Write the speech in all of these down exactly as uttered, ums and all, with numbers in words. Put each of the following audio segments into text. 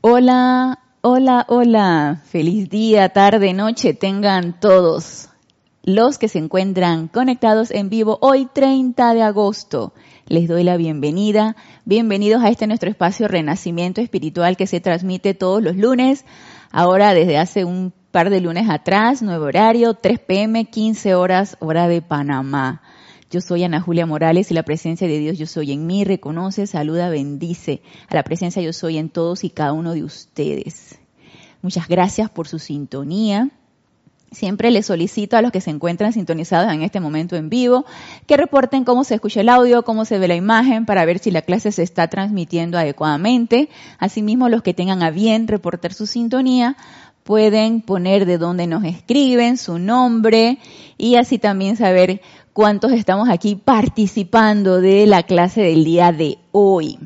Hola, hola, hola. Feliz día, tarde, noche tengan todos los que se encuentran conectados en vivo hoy treinta de agosto. Les doy la bienvenida. Bienvenidos a este nuestro espacio Renacimiento Espiritual que se transmite todos los lunes. Ahora desde hace un par de lunes atrás, nuevo horario, tres pe eme, quince horas, hora de Panamá. Yo soy Ana Julia Morales y la presencia de Dios Yo Soy en mí reconoce, saluda, bendice a la presencia Yo Soy en todos y cada uno de ustedes. Muchas gracias por su sintonía. Siempre les solicito a los que se encuentran sintonizados en este momento en vivo que reporten cómo se escucha el audio, cómo se ve la imagen para ver si la clase se está transmitiendo adecuadamente. Asimismo, los que tengan a bien reportar su sintonía pueden poner de dónde nos escriben, su nombre y así también saber cuántos estamos aquí participando de la clase del día de hoy.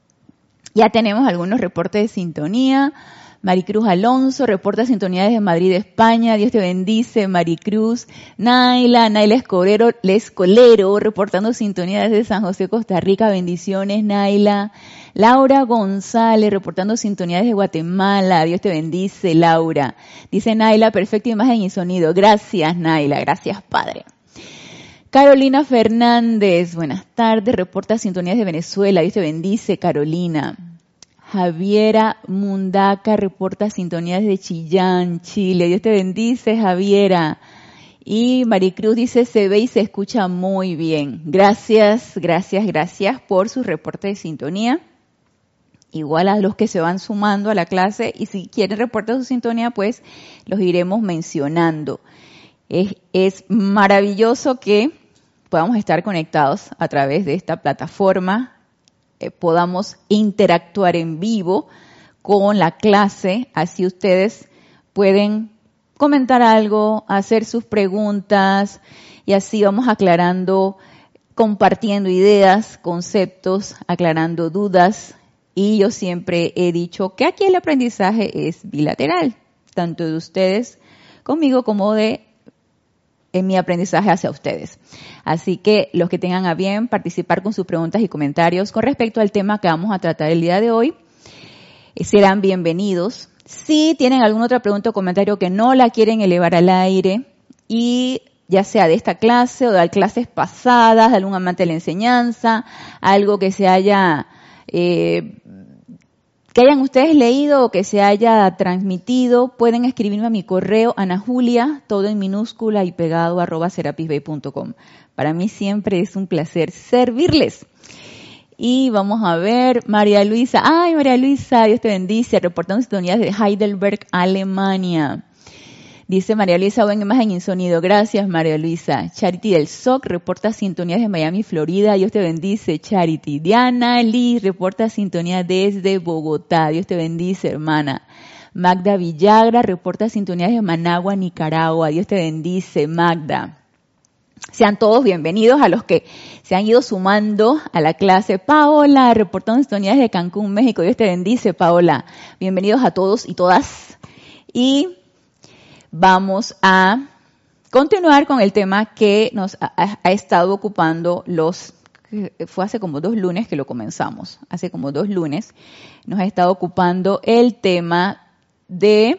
Ya tenemos algunos reportes de sintonía. Maricruz Alonso reporta sintonía desde Madrid, España. Dios te bendice, Maricruz. Naila, Naila Escolero, Escolero reportando sintonía desde San José, Costa Rica. Bendiciones, Naila. Laura González reportando sintonía desde Guatemala. Dios te bendice, Laura. Dice Naila, perfecta imagen y sonido. Gracias, Naila. Gracias, Padre. Carolina Fernández, buenas tardes, reporta sintonías de Venezuela, Dios te bendice, Carolina. Javiera Mundaca reporta sintonías de Chillán, Chile, Dios te bendice, Javiera. Y Maricruz dice, se ve y se escucha muy bien. Gracias, gracias, gracias por su reporte de sintonía. Igual a los que se van sumando a la clase y si quieren reportar su sintonía, pues los iremos mencionando. Es, es maravilloso que podamos estar conectados a través de esta plataforma, eh, podamos interactuar en vivo con la clase, así ustedes pueden comentar algo, hacer sus preguntas y así vamos aclarando, compartiendo ideas, conceptos, aclarando dudas. Y yo siempre he dicho que aquí el aprendizaje es bilateral, tanto de ustedes conmigo como de en mi aprendizaje hacia ustedes. Así que los que tengan a bien participar con sus preguntas y comentarios con respecto al tema que vamos a tratar el día de hoy, serán bienvenidos. Si tienen alguna otra pregunta o comentario que no la quieren elevar al aire, y ya sea de esta clase o de clases pasadas, de algún amante de la enseñanza, algo que se haya... Eh, que hayan ustedes leído o que se haya transmitido, pueden escribirme a mi correo, Ana Julia, todo en minúscula y pegado, arroba serapis bay punto com. Para mí siempre es un placer servirles. Y vamos a ver, María Luisa. Ay, María Luisa, Dios te bendice, reportando sintonías de Heidelberg, Alemania. Dice María Luisa, buena imagen y sonido. Gracias, María Luisa. Charity del S O C reporta sintonías de Miami, Florida. Dios te bendice, Charity. Diana Liz reporta sintonía desde Bogotá. Dios te bendice, hermana. Magda Villagra reporta sintonías de Managua, Nicaragua. Dios te bendice, Magda. Sean todos bienvenidos a los que se han ido sumando a la clase. Paola, reportando sintonías de Cancún, México. Dios te bendice, Paola. Bienvenidos a todos y todas. Y vamos a continuar con el tema que nos ha, ha estado ocupando los, fue hace como dos lunes que lo comenzamos, hace como dos lunes nos ha estado ocupando el tema de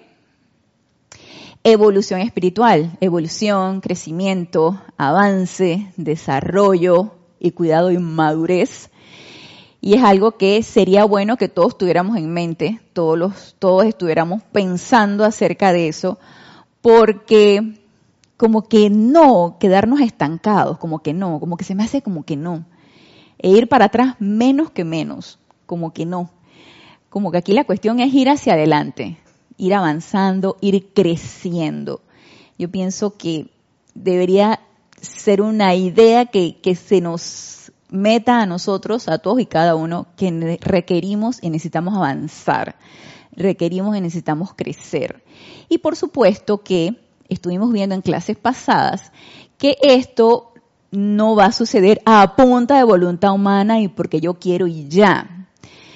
evolución espiritual, evolución, crecimiento, avance, desarrollo y cuidado y madurez. Y es algo que sería bueno que todos tuviéramos en mente, todos, los, todos estuviéramos pensando acerca de eso, porque como que no, quedarnos estancados, como que no, como que se me hace como que no. E ir para atrás menos que menos, como que no. Como que aquí la cuestión es ir hacia adelante, ir avanzando, ir creciendo. Yo pienso que debería ser una idea que, que se nos meta a nosotros, a todos y cada uno, que requerimos y necesitamos avanzar. Requerimos y necesitamos crecer. Y por supuesto que estuvimos viendo en clases pasadas que esto no va a suceder a punta de voluntad humana y porque yo quiero y ya.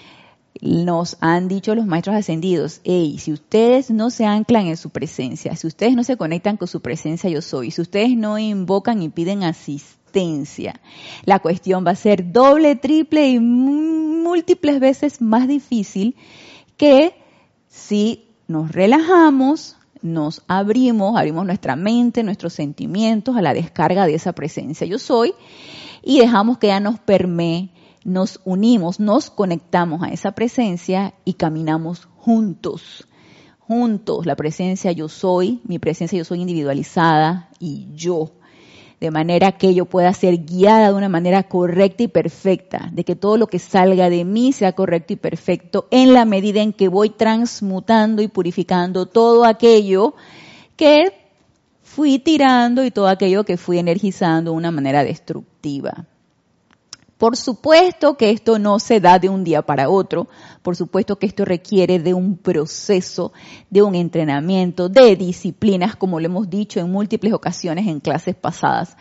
Nos han dicho los maestros ascendidos, hey, si ustedes no se anclan en su presencia, si ustedes no se conectan con su presencia yo soy, si ustedes no invocan y piden asistencia, la cuestión va a ser doble, triple y múltiples veces más difícil que si nos relajamos, nos abrimos, abrimos nuestra mente, nuestros sentimientos a la descarga de esa presencia yo soy y dejamos que ella nos permee, nos unimos, nos conectamos a esa presencia y caminamos juntos, juntos, la presencia yo soy, mi presencia yo soy individualizada y yo, de manera que yo pueda ser guiada de una manera correcta y perfecta, de que todo lo que salga de mí sea correcto y perfecto en la medida en que voy transmutando y purificando todo aquello que fui tirando y todo aquello que fui energizando de una manera destructiva. Por supuesto que esto no se da de un día para otro, por supuesto que esto requiere de un proceso, de un entrenamiento, de disciplinas, como lo hemos dicho en múltiples ocasiones en clases pasadas.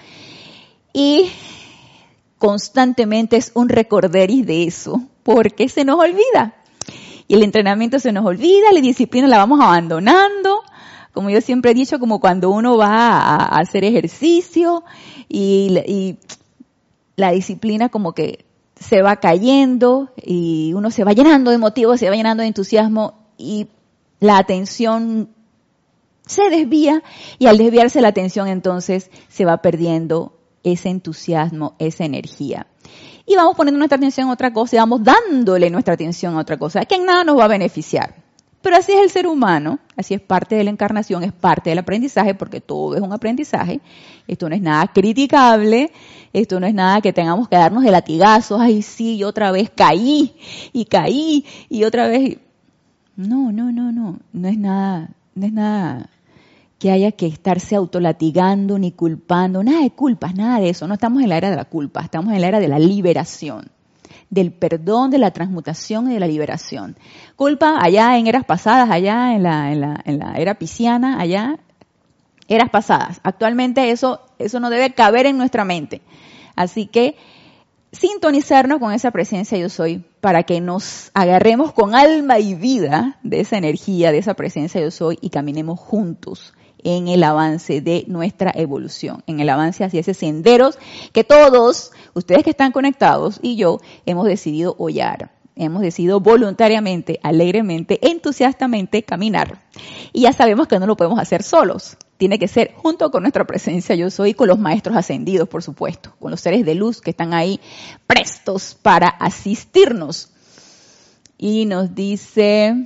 Y constantemente es un recorderis de eso, porque se nos olvida. Y el entrenamiento se nos olvida, la disciplina la vamos abandonando, como yo siempre he dicho, como cuando uno va a hacer ejercicio y... y la disciplina como que se va cayendo y uno se va llenando de motivos, se va llenando de entusiasmo y la atención se desvía y al desviarse la atención entonces se va perdiendo ese entusiasmo, esa energía. Y vamos poniendo nuestra atención a otra cosa y vamos dándole nuestra atención a otra cosa, que en nada nos va a beneficiar. Pero así es el ser humano, así es parte de la encarnación, es parte del aprendizaje, porque todo es un aprendizaje. Esto no es nada criticable, esto no es nada que tengamos que darnos de latigazos, ay sí, y otra vez caí, y caí, y otra vez... No, no, no, no, no es nada, no es nada que haya que estarse autolatigando ni culpando, nada de culpas, nada de eso. No estamos en la era de la culpa, estamos en la era de la liberación, del perdón, de la transmutación y de la liberación. Culpa allá en eras pasadas, allá en la, en la, en la era pisciana, allá eras pasadas. Actualmente eso, eso no debe caber en nuestra mente. Así que sintonizarnos con esa presencia yo soy para que nos agarremos con alma y vida de esa energía, de esa presencia yo soy y caminemos juntos en el avance de nuestra evolución, en el avance hacia ese senderos que todos, ustedes que están conectados y yo, hemos decidido hollar, hemos decidido voluntariamente, alegremente, entusiastamente caminar. Y ya sabemos que no lo podemos hacer solos, tiene que ser junto con nuestra presencia yo soy, con los maestros ascendidos, por supuesto, con los seres de luz que están ahí prestos para asistirnos. Y nos dice...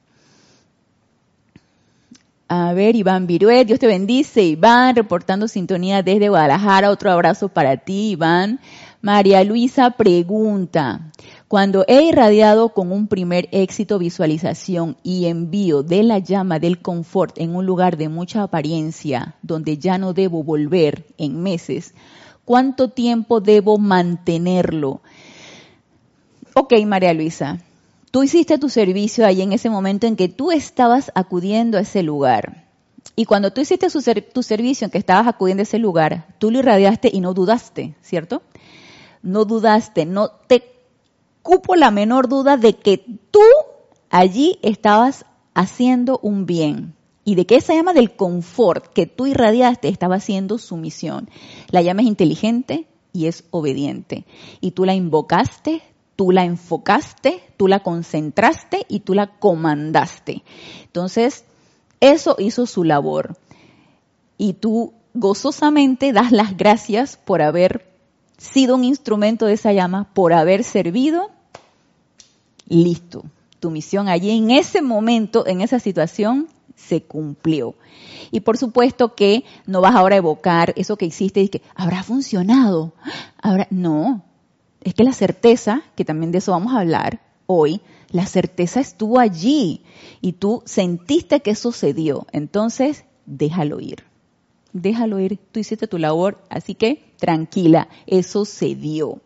A ver, Iván Viruet, Dios te bendice. Iván, reportando sintonía desde Guadalajara. Otro abrazo para ti, Iván. María Luisa pregunta, cuando he irradiado con un primer éxito, visualización y envío de la llama del confort en un lugar de mucha apariencia, donde ya no debo volver en meses, ¿cuánto tiempo debo mantenerlo? Ok, María Luisa. Tú hiciste tu servicio ahí en ese momento en que tú estabas acudiendo a ese lugar. Y cuando tú hiciste tu, ser, tu servicio en que estabas acudiendo a ese lugar, tú lo irradiaste y no dudaste, ¿cierto? No dudaste, no te cupo la menor duda de que tú allí estabas haciendo un bien. Y de que esa llama del confort que tú irradiaste estaba haciendo su misión. La llama es inteligente y es obediente. Y tú la invocaste, tú la enfocaste, tú la concentraste y tú la comandaste. Entonces, eso hizo su labor. Y tú gozosamente das las gracias por haber sido un instrumento de esa llama, por haber servido. Listo. Tu misión allí en ese momento, en esa situación, se cumplió. Y por supuesto que no vas ahora a evocar eso que hiciste y que habrá funcionado. ¿Habrá? No. Es que la certeza, que también de eso vamos a hablar hoy, la certeza estuvo allí y tú sentiste que eso se dio. Entonces, déjalo ir. Déjalo ir. Tú hiciste tu labor, así que tranquila, eso se dio.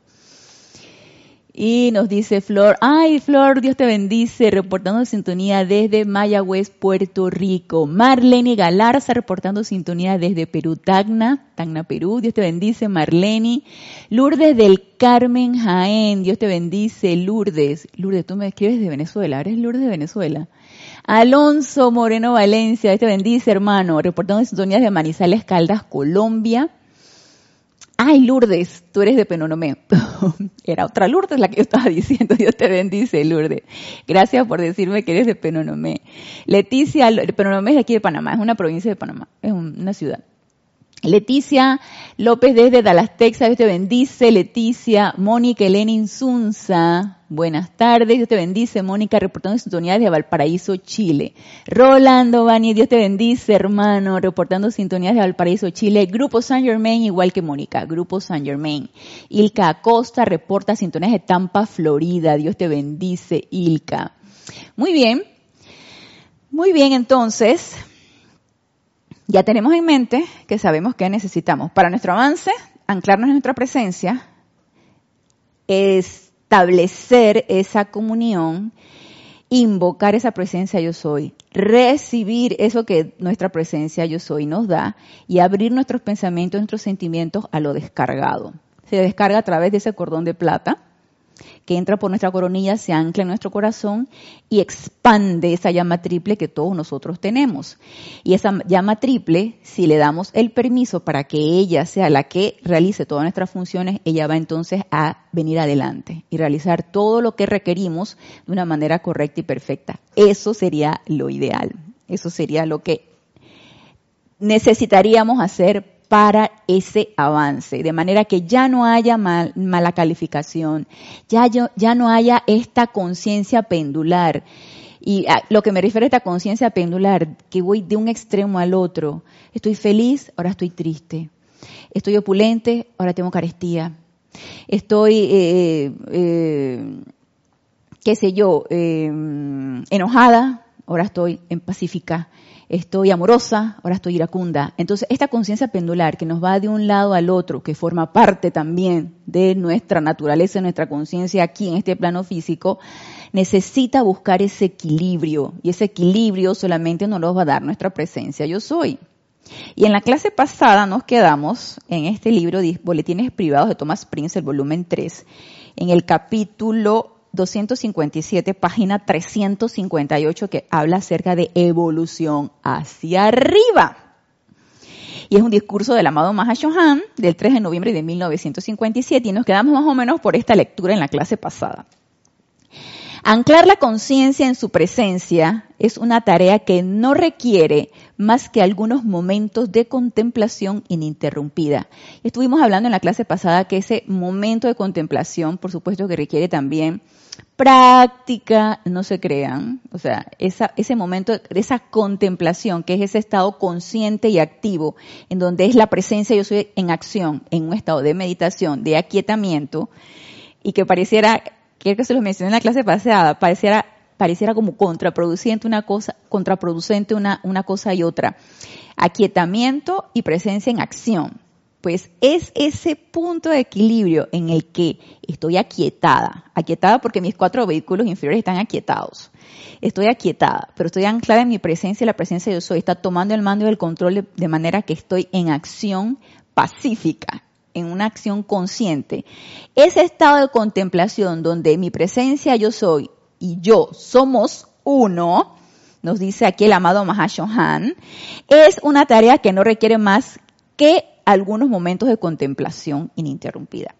Y nos dice Flor, ay Flor, Dios te bendice, reportando sintonía desde Mayagüez, Puerto Rico. Marlene Galarza, reportando sintonía desde Perú, Tacna, Tacna, Perú. Dios te bendice, Marlene. Lourdes del Carmen, Jaén, Dios te bendice, Lourdes. Lourdes, tú me escribes de Venezuela, ¿eres Lourdes de Venezuela? Alonso Moreno Valencia, Dios te bendice, hermano, reportando sintonías de Manizales, Caldas, Colombia. Ay, Lourdes, tú eres de Penonomé. Era otra Lourdes la que yo estaba diciendo. Dios te bendice, Lourdes. Gracias por decirme que eres de Penonomé. Leticia, Penonomé es de aquí de Panamá, es una provincia de Panamá, es una ciudad. Leticia López desde Dallas, Texas, Dios te bendice. Leticia, Mónica Elena Insunza, buenas tardes, Dios te bendice. Mónica, reportando sintonía desde Valparaíso, Chile. Rolando Bani, Dios te bendice, hermano, reportando sintonías de Valparaíso, Chile. Grupo Saint Germain, igual que Mónica, Grupo Saint Germain. Ilka Acosta reporta sintonías de Tampa, Florida. Dios te bendice, Ilka. Muy bien, muy bien, entonces ya tenemos en mente que sabemos que necesitamos para nuestro avance, anclarnos en nuestra presencia, establecer esa comunión, invocar esa presencia yo soy, recibir eso que nuestra presencia yo soy nos da y abrir nuestros pensamientos, nuestros sentimientos a lo descargado. Se descarga a través de ese cordón de plata que entra por nuestra coronilla, se ancla en nuestro corazón y expande esa llama triple que todos nosotros tenemos. Y esa llama triple, si le damos el permiso para que ella sea la que realice todas nuestras funciones, ella va entonces a venir adelante y realizar todo lo que requerimos de una manera correcta y perfecta. Eso sería lo ideal. Eso sería lo que necesitaríamos hacer para ese avance, de manera que ya no haya mal, mala calificación, ya, yo, ya no haya esta conciencia pendular. Y a lo que me refiero a esta conciencia pendular, que voy de un extremo al otro. Estoy feliz, ahora estoy triste. Estoy opulente, ahora tengo carestía. Estoy, eh, eh, qué sé yo, eh, enojada, ahora estoy en pacífica. Estoy amorosa, ahora estoy iracunda. Entonces, esta conciencia pendular que nos va de un lado al otro, que forma parte también de nuestra naturaleza, de nuestra conciencia aquí en este plano físico, necesita buscar ese equilibrio. Y ese equilibrio solamente nos lo va a dar nuestra presencia yo soy. Y en la clase pasada nos quedamos en este libro de Boletines Privados de Thomas Prince, el volumen tres, en el capítulo doscientos cincuenta y siete, página trescientos cincuenta y ocho, que habla acerca de evolución hacia arriba. Y es un discurso del amado Mahashohan del tres de noviembre de mil novecientos cincuenta y siete, y nos quedamos más o menos por esta lectura en la clase pasada. Anclar la conciencia en su presencia es una tarea que no requiere más que algunos momentos de contemplación ininterrumpida. Estuvimos hablando en la clase pasada que ese momento de contemplación, por supuesto que requiere también práctica, no se crean, o sea, esa, ese momento, esa contemplación, que es ese estado consciente y activo, en donde es la presencia yo soy en acción, en un estado de meditación, de aquietamiento, y que pareciera, quiero que se los mencioné en la clase pasada, pareciera, pareciera como contraproducente una cosa, contraproducente una, una cosa y otra. Aquietamiento y presencia en acción. Pues es ese punto de equilibrio en el que estoy aquietada, aquietada porque mis cuatro vehículos inferiores están aquietados. Estoy aquietada, pero estoy anclada en mi presencia y la presencia yo soy está tomando el mando y el control de, de manera que estoy en acción pacífica, en una acción consciente. Ese estado de contemplación donde mi presencia yo soy y yo somos uno, nos dice aquí el amado Mahashohan, es una tarea que no requiere más que algunos momentos de contemplación ininterrumpida.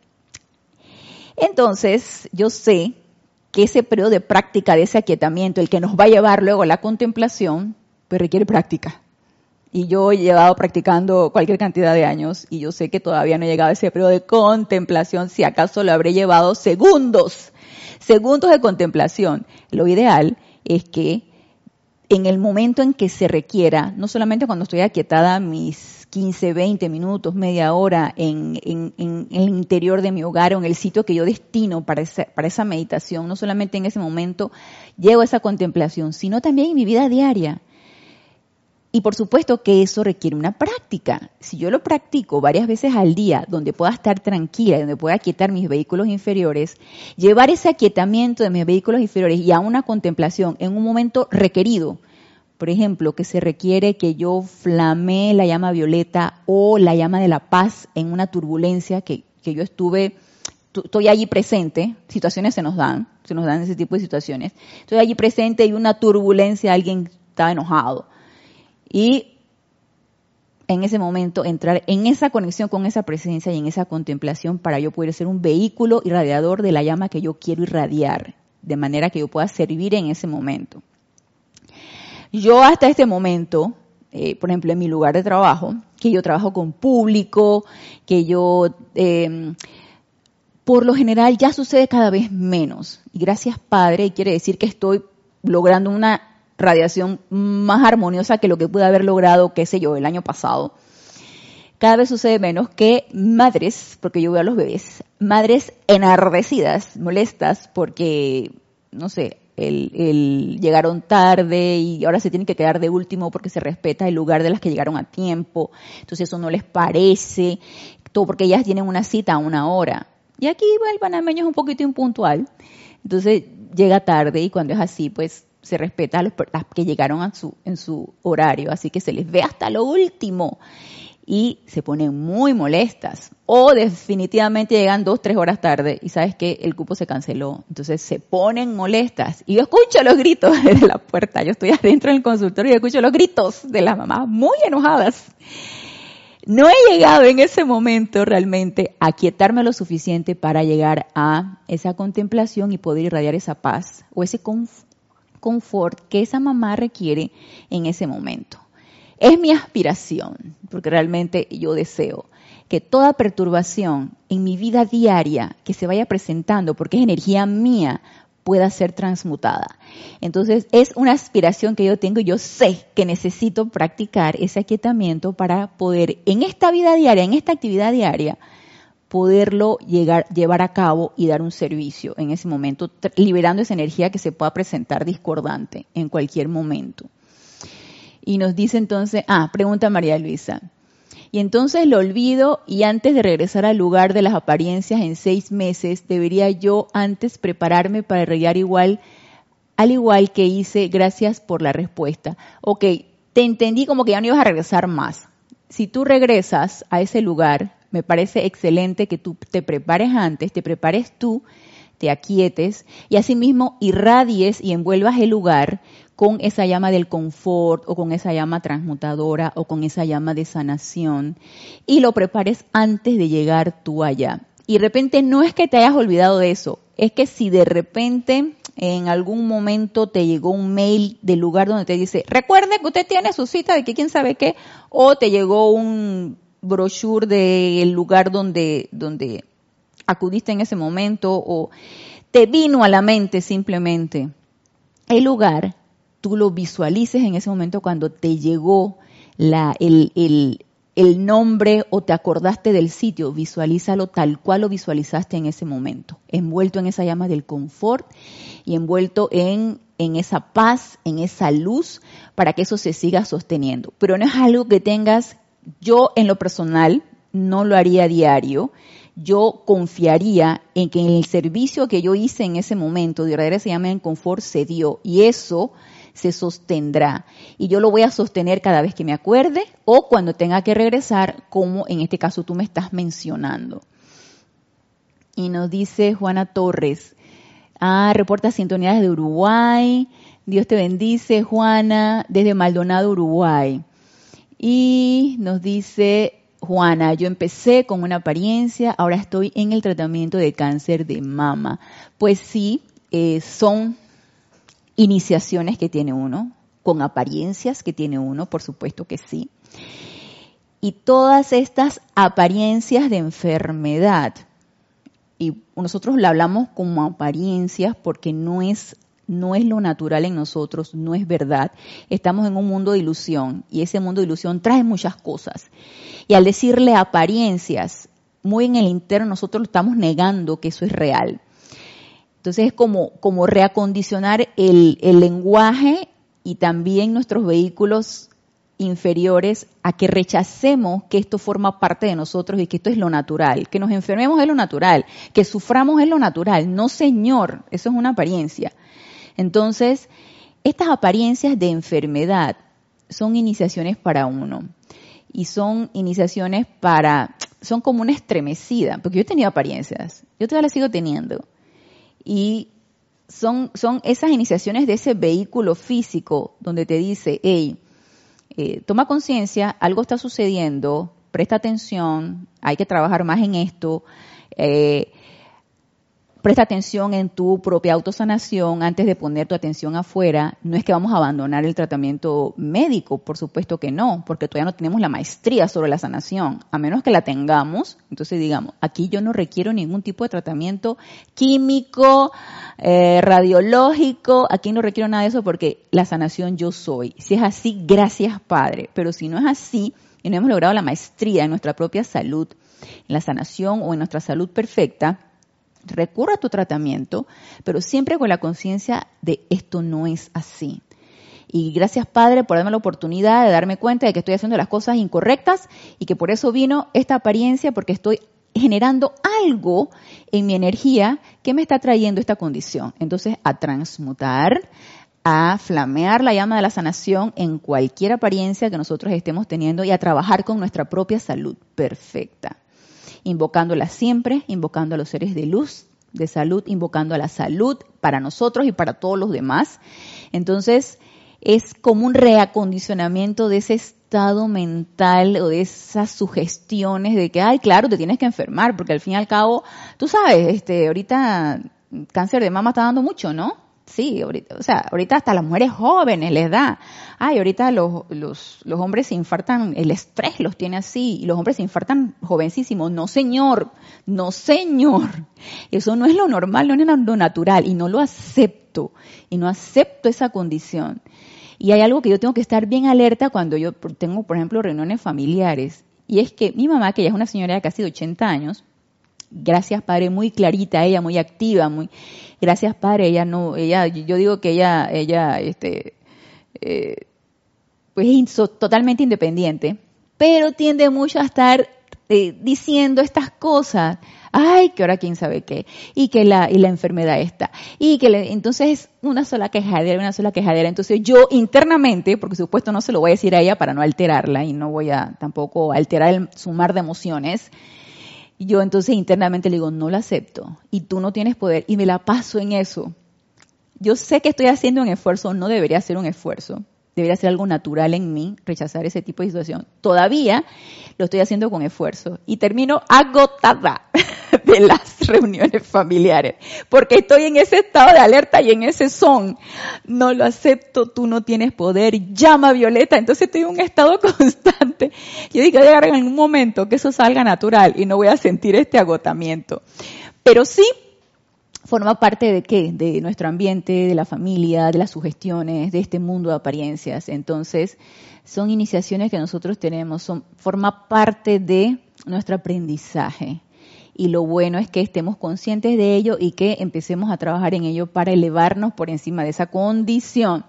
Entonces, yo sé que ese periodo de práctica, de ese aquietamiento, el que nos va a llevar luego a la contemplación, pues requiere práctica. Y yo he llevado practicando cualquier cantidad de años y yo sé que todavía no he llegado a ese periodo de contemplación, si acaso lo habré llevado segundos, segundos de contemplación. Lo ideal es que en el momento en que se requiera, no solamente cuando estoy aquietada mis quince, veinte minutos, media hora en, en, en el interior de mi hogar o en el sitio que yo destino para esa, para esa meditación, no solamente en ese momento llego a esa contemplación, sino también en mi vida diaria. Y por supuesto que eso requiere una práctica. Si yo lo practico varias veces al día, donde pueda estar tranquila, donde pueda aquietar mis vehículos inferiores, llevar ese aquietamiento de mis vehículos inferiores y a una contemplación en un momento requerido, por ejemplo, que se requiere que yo flamee la llama violeta o la llama de la paz en una turbulencia que, que yo estuve, estoy allí presente, situaciones se nos dan, se nos dan ese tipo de situaciones, estoy allí presente y una turbulencia, alguien estaba enojado. Y en ese momento entrar en esa conexión con esa presencia y en esa contemplación para yo poder ser un vehículo irradiador de la llama que yo quiero irradiar, de manera que yo pueda servir en ese momento. Yo hasta este momento, eh, por ejemplo, en mi lugar de trabajo, que yo trabajo con público, que yo, eh, por lo general ya sucede cada vez menos. Y gracias, Padre, y quiere decir que estoy logrando una radiación más armoniosa que lo que pude haber logrado, qué sé yo, el año pasado. Cada vez sucede menos que madres, porque yo veo a los bebés, madres enardecidas, molestas, porque, no sé, el, el llegaron tarde y ahora se tienen que quedar de último porque se respeta el lugar de las que llegaron a tiempo. Entonces eso no les parece, todo porque ellas tienen una cita a una hora. Y aquí bueno, el panameño es un poquito impuntual, entonces llega tarde y cuando es así, pues se respeta a los las que llegaron a su, en su horario, así que se les ve hasta lo último y se ponen muy molestas o definitivamente llegan dos, tres horas tarde y sabes que el cupo se canceló, entonces se ponen molestas y yo escucho los gritos desde la puerta, yo estoy adentro del consultorio y escucho los gritos de las mamás muy enojadas. No he llegado en ese momento realmente a quietarme lo suficiente para llegar a esa contemplación y poder irradiar esa paz o ese confort confort que esa mamá requiere en ese momento. Es mi aspiración, porque realmente yo deseo que toda perturbación en mi vida diaria que se vaya presentando, porque es energía mía, pueda ser transmutada. Entonces es una aspiración que yo tengo y yo sé que necesito practicar ese aquietamiento para poder en esta vida diaria, en esta actividad diaria, poderlo llegar, llevar a cabo y dar un servicio en ese momento, liberando esa energía que se pueda presentar discordante en cualquier momento. Y nos dice entonces, ah, pregunta María Luisa, y entonces lo olvido y antes de regresar al lugar de las apariencias en seis meses, ¿debería yo antes prepararme para irradiar igual, al igual que hice? Gracias por la respuesta. Ok, te entendí como que ya no ibas a regresar más. Si tú regresas a ese lugar, me parece excelente que tú te prepares antes, te prepares tú, te aquietes y asimismo irradies y envuelvas el lugar con esa llama del confort o con esa llama transmutadora o con esa llama de sanación y lo prepares antes de llegar tú allá. Y de repente no es que te hayas olvidado de eso, es que si de repente en algún momento te llegó un mail del lugar donde te dice, recuerde que usted tiene su cita de que quién sabe qué, o te llegó un brochure del lugar donde, donde acudiste en ese momento, o te vino a la mente simplemente el lugar, tú lo visualices en ese momento cuando te llegó la, el, el, el nombre o te acordaste del sitio, visualízalo tal cual lo visualizaste en ese momento, envuelto en esa llama del confort y envuelto en, en esa paz, en esa luz, para que eso se siga sosteniendo. Pero no es algo que tengas. Yo, en lo personal, no lo haría diario. Yo confiaría en que en el servicio que yo hice en ese momento de irradiar esa llama en confort se dio y eso se sostendrá. Y yo lo voy a sostener cada vez que me acuerde o cuando tenga que regresar, como en este caso tú me estás mencionando. Y nos dice Juana Torres, ah, reporta sintonía desde Uruguay. Dios te bendice, Juana, desde Maldonado, Uruguay. Y nos dice Juana, yo empecé con una apariencia, ahora estoy en el tratamiento de cáncer de mama. Pues sí, eh, son iniciaciones que tiene uno, con apariencias que tiene uno, por supuesto que sí. Y todas estas apariencias de enfermedad, y nosotros la hablamos como apariencias porque no es no es lo natural en nosotros, no es verdad. Estamos en un mundo de ilusión y ese mundo de ilusión trae muchas cosas. Y al decirle apariencias, muy en el interno nosotros lo estamos negando que eso es real. Entonces es como, como reacondicionar el, el lenguaje y también nuestros vehículos inferiores a que rechacemos que esto forma parte de nosotros y que esto es lo natural. Que nos enfermemos es lo natural, que suframos es lo natural. No, señor, eso es una apariencia. Entonces, estas apariencias de enfermedad son iniciaciones para uno y son iniciaciones para, son como una estremecida, porque yo he tenido apariencias, yo todavía las sigo teniendo y son, son esas iniciaciones de ese vehículo físico donde te dice, hey, eh, toma conciencia, algo está sucediendo, presta atención, hay que trabajar más en esto, eh, presta atención en tu propia autosanación antes de poner tu atención afuera. No es que vamos a abandonar el tratamiento médico, por supuesto que no, porque todavía no tenemos la maestría sobre la sanación. A menos que la tengamos, entonces digamos, aquí yo no requiero ningún tipo de tratamiento químico, eh, radiológico, aquí no requiero nada de eso porque la sanación yo soy. Si es así, gracias Padre, pero si no es así y no hemos logrado la maestría en nuestra propia salud, en la sanación o en nuestra salud perfecta, recurra a tu tratamiento, pero siempre con la conciencia de esto no es así. Y gracias Padre por darme la oportunidad de darme cuenta de que estoy haciendo las cosas incorrectas y que por eso vino esta apariencia, porque estoy generando algo en mi energía que me está trayendo esta condición. Entonces, a transmutar, a flamear la llama de la sanación en cualquier apariencia que nosotros estemos teniendo y a trabajar con nuestra propia salud perfecta. Invocándola siempre, invocando a los seres de luz, de salud, invocando a la salud para nosotros y para todos los demás. Entonces, es como un reacondicionamiento de ese estado mental o de esas sugestiones de que, ay, claro, te tienes que enfermar, porque al fin y al cabo, tú sabes, este, ahorita cáncer de mama está dando mucho, ¿no? Sí, ahorita, o sea, ahorita hasta las mujeres jóvenes les da. Ay, ahorita los, los, los hombres se infartan, el estrés los tiene así, y los hombres se infartan jovencísimos. No, señor, no, señor. Eso no es lo normal, no es lo natural, y no lo acepto, y no acepto esa condición. Y hay algo que yo tengo que estar bien alerta cuando yo tengo, por ejemplo, reuniones familiares, y es que mi mamá, que ya es una señora de casi ochenta años, gracias Padre, muy clarita, ella muy activa, muy, gracias Padre, ella no, ella, yo digo que ella, ella, este, eh, pues es totalmente independiente, pero tiende mucho a estar eh, diciendo estas cosas, ay, que ahora quién sabe qué, y que la, y la enfermedad está, y que le, entonces es una sola quejadera, una sola quejadera, entonces yo internamente, porque supuesto no se lo voy a decir a ella para no alterarla, y no voy a tampoco alterar el, su mar de emociones, yo entonces internamente le digo, no la acepto, y tú no tienes poder, y me la paso en eso. Yo sé que estoy haciendo un esfuerzo, no debería ser un esfuerzo, debería ser algo natural en mí, rechazar ese tipo de situación. Todavía lo estoy haciendo con esfuerzo, y termino agotada de las reuniones familiares, porque estoy en ese estado de alerta y en ese son. No lo acepto, tú no tienes poder, llama Violeta. Entonces estoy en un estado constante. Yo digo, llegar en algún momento que eso salga natural y no voy a sentir este agotamiento. Pero sí forma parte de qué, de nuestro ambiente, de la familia, de las sugestiones, de este mundo de apariencias. Entonces son iniciaciones que nosotros tenemos, son, forma parte de nuestro aprendizaje. Y lo bueno es que estemos conscientes de ello y que empecemos a trabajar en ello para elevarnos por encima de esa condición.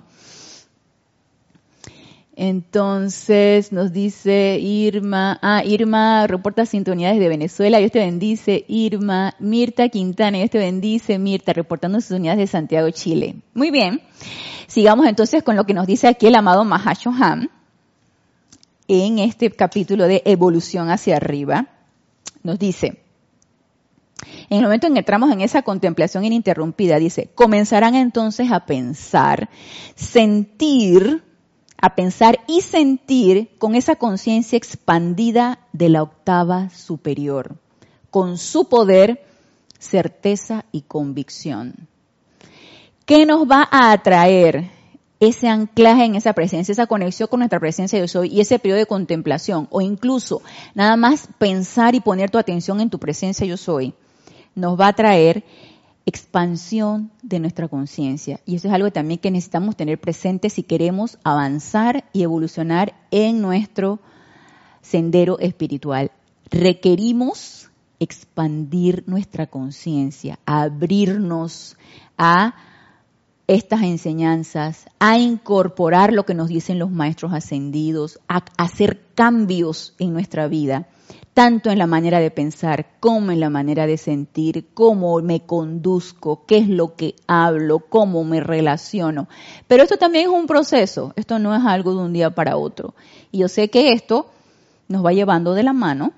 Entonces nos dice Irma, ah, Irma reporta sintonía desde Venezuela, Dios te bendice, Irma. Mirta Quintana, Dios te bendice, Mirta, reportando sintonías de Santiago, Chile. Muy bien, sigamos entonces con lo que nos dice aquí el amado Mahashohan en este capítulo de evolución hacia arriba. Nos dice, en el momento en que entramos en esa contemplación ininterrumpida, dice, comenzarán entonces a pensar, sentir, a pensar y sentir con esa conciencia expandida de la octava superior, con su poder, certeza y convicción. ¿Qué nos va a atraer ese anclaje en esa presencia, esa conexión con nuestra presencia yo soy y ese periodo de contemplación? O incluso nada más pensar y poner tu atención en tu presencia yo soy, nos va a traer expansión de nuestra conciencia. Y eso es algo también que necesitamos tener presente si queremos avanzar y evolucionar en nuestro sendero espiritual. Requerimos expandir nuestra conciencia, abrirnos a estas enseñanzas, a incorporar lo que nos dicen los maestros ascendidos, a hacer cambios en nuestra vida, tanto en la manera de pensar como en la manera de sentir, cómo me conduzco, qué es lo que hablo, cómo me relaciono. Pero esto también es un proceso, esto no es algo de un día para otro. Y yo sé que esto nos va llevando de la mano,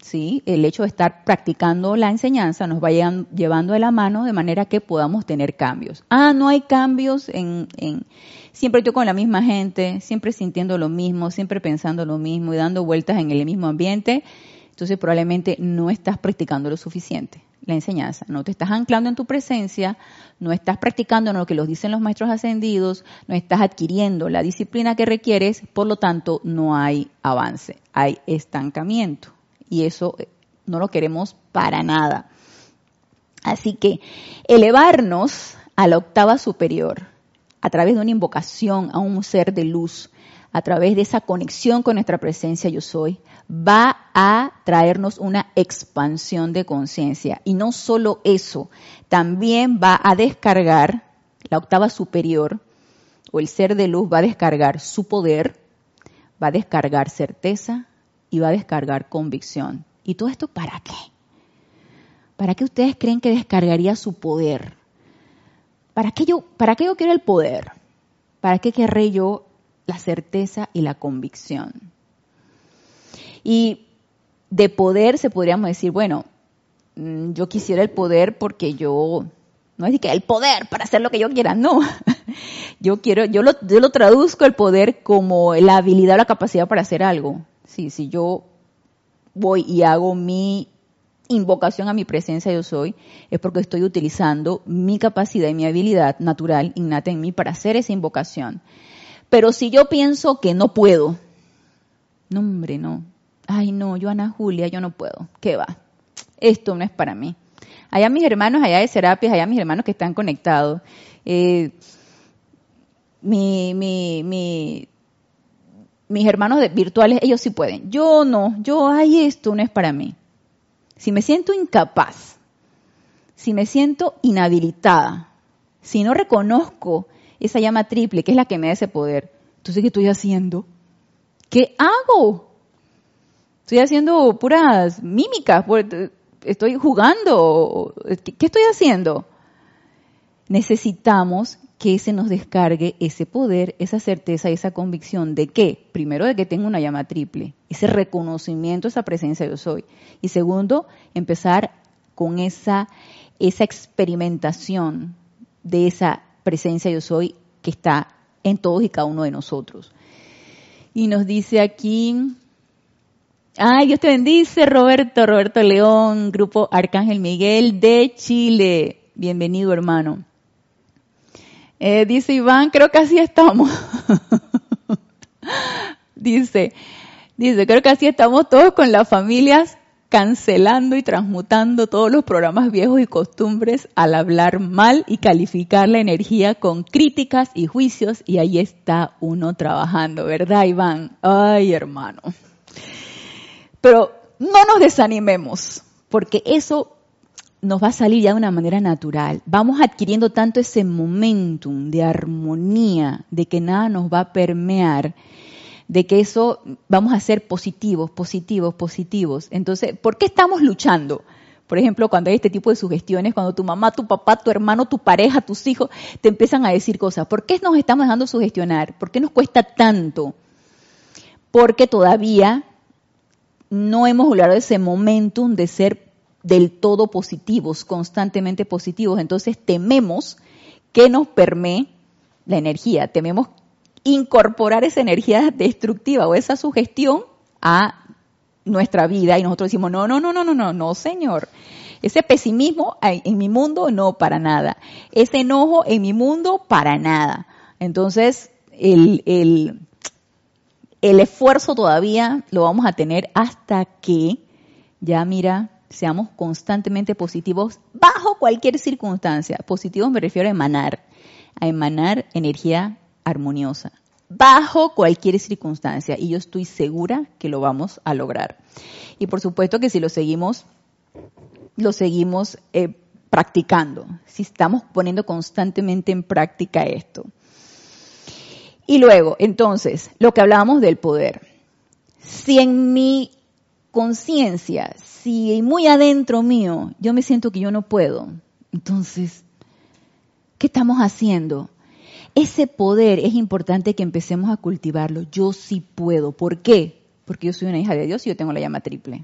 ¿sí? El hecho de estar practicando la enseñanza nos va llevando de la mano de manera que podamos tener cambios. Ah, no hay cambios en, en siempre estoy con la misma gente, siempre sintiendo lo mismo, siempre pensando lo mismo y dando vueltas en el mismo ambiente. Entonces probablemente no estás practicando lo suficiente la enseñanza, no te estás anclando en tu presencia, no estás practicando en lo que los dicen los maestros ascendidos, no estás adquiriendo la disciplina que requieres, por lo tanto no hay avance, hay estancamiento y eso no lo queremos para nada. Así que elevarnos a la octava superior a través de una invocación a un ser de luz, a través de esa conexión con nuestra presencia yo soy, va a traernos una expansión de conciencia. Y no solo eso, también va a descargar, la octava superior, o el ser de luz va a descargar su poder, va a descargar certeza y va a descargar convicción. ¿Y todo esto para qué? ¿Para qué ustedes creen que descargaría su poder? ¿Para qué yo, para qué yo quiero el poder? ¿Para qué querré yo la certeza y la convicción? Y de poder se podríamos decir, bueno, yo quisiera el poder porque yo, no es que el poder para hacer lo que yo quiera, no. Yo quiero, yo lo, yo lo traduzco el poder como la habilidad o la capacidad para hacer algo. Sí, si yo voy y hago mi invocación a mi presencia yo soy, es porque estoy utilizando mi capacidad y mi habilidad natural, innata en mí, para hacer esa invocación. Pero si yo pienso que no puedo, no hombre, no. Ay no, yo Ana Julia, yo no puedo. ¿Qué va? Esto no es para mí. Allá mis hermanos, allá de Serapias, allá mis hermanos que están conectados, eh, mi, mi, mi, mis hermanos de, virtuales, ellos sí pueden. Yo no, yo, ay, esto no es para mí. Si me siento incapaz, si me siento inhabilitada, si no reconozco esa llama triple, que es la que me da ese poder, entonces ¿qué estoy haciendo? ¿Qué hago? Estoy haciendo puras mímicas, estoy jugando, ¿qué estoy haciendo? Necesitamos que se nos descargue ese poder, esa certeza, esa convicción de que, primero, de que tengo una llama triple, ese reconocimiento, esa presencia yo soy. Y segundo, empezar con esa, esa experimentación de esa presencia yo soy que está en todos y cada uno de nosotros. Y nos dice aquí, ay, Dios te bendice, Roberto, Roberto León, Grupo Arcángel Miguel de Chile. Bienvenido, hermano. Eh, dice Iván, creo que así estamos. dice, dice, creo que así estamos todos con las familias cancelando y transmutando todos los programas viejos y costumbres al hablar mal y calificar la energía con críticas y juicios, y ahí está uno trabajando, ¿verdad, Iván? Ay, hermano. Pero no nos desanimemos, porque eso nos va a salir ya de una manera natural. Vamos adquiriendo tanto ese momentum de armonía, de que nada nos va a permear, de que eso vamos a ser positivos, positivos, positivos. Entonces, ¿por qué estamos luchando? Por ejemplo, cuando hay este tipo de sugestiones, cuando tu mamá, tu papá, tu hermano, tu pareja, tus hijos te empiezan a decir cosas. ¿Por qué nos estamos dejando sugestionar? ¿Por qué nos cuesta tanto? Porque todavía no hemos logrado ese momentum de ser del todo positivos, constantemente positivos. Entonces tememos que nos permee la energía, tememos incorporar esa energía destructiva o esa sugestión a nuestra vida y nosotros decimos, no, no, no, no, no, no, no, señor. Ese pesimismo en mi mundo, no, para nada. Ese enojo en mi mundo, para nada. Entonces, el, el, el esfuerzo todavía lo vamos a tener hasta que ya, mira, seamos constantemente positivos bajo cualquier circunstancia. Positivos me refiero a emanar, a emanar energía armoniosa, bajo cualquier circunstancia. Y yo estoy segura que lo vamos a lograr. Y por supuesto que si lo seguimos, lo seguimos eh, practicando, si estamos poniendo constantemente en práctica esto. Y luego, entonces, lo que hablábamos del poder. Si en mi conciencia, si muy adentro mío yo me siento que yo no puedo, entonces, ¿qué estamos haciendo? Ese poder es importante que empecemos a cultivarlo. Yo sí puedo. ¿Por qué? Porque yo soy una hija de Dios y yo tengo la llama triple.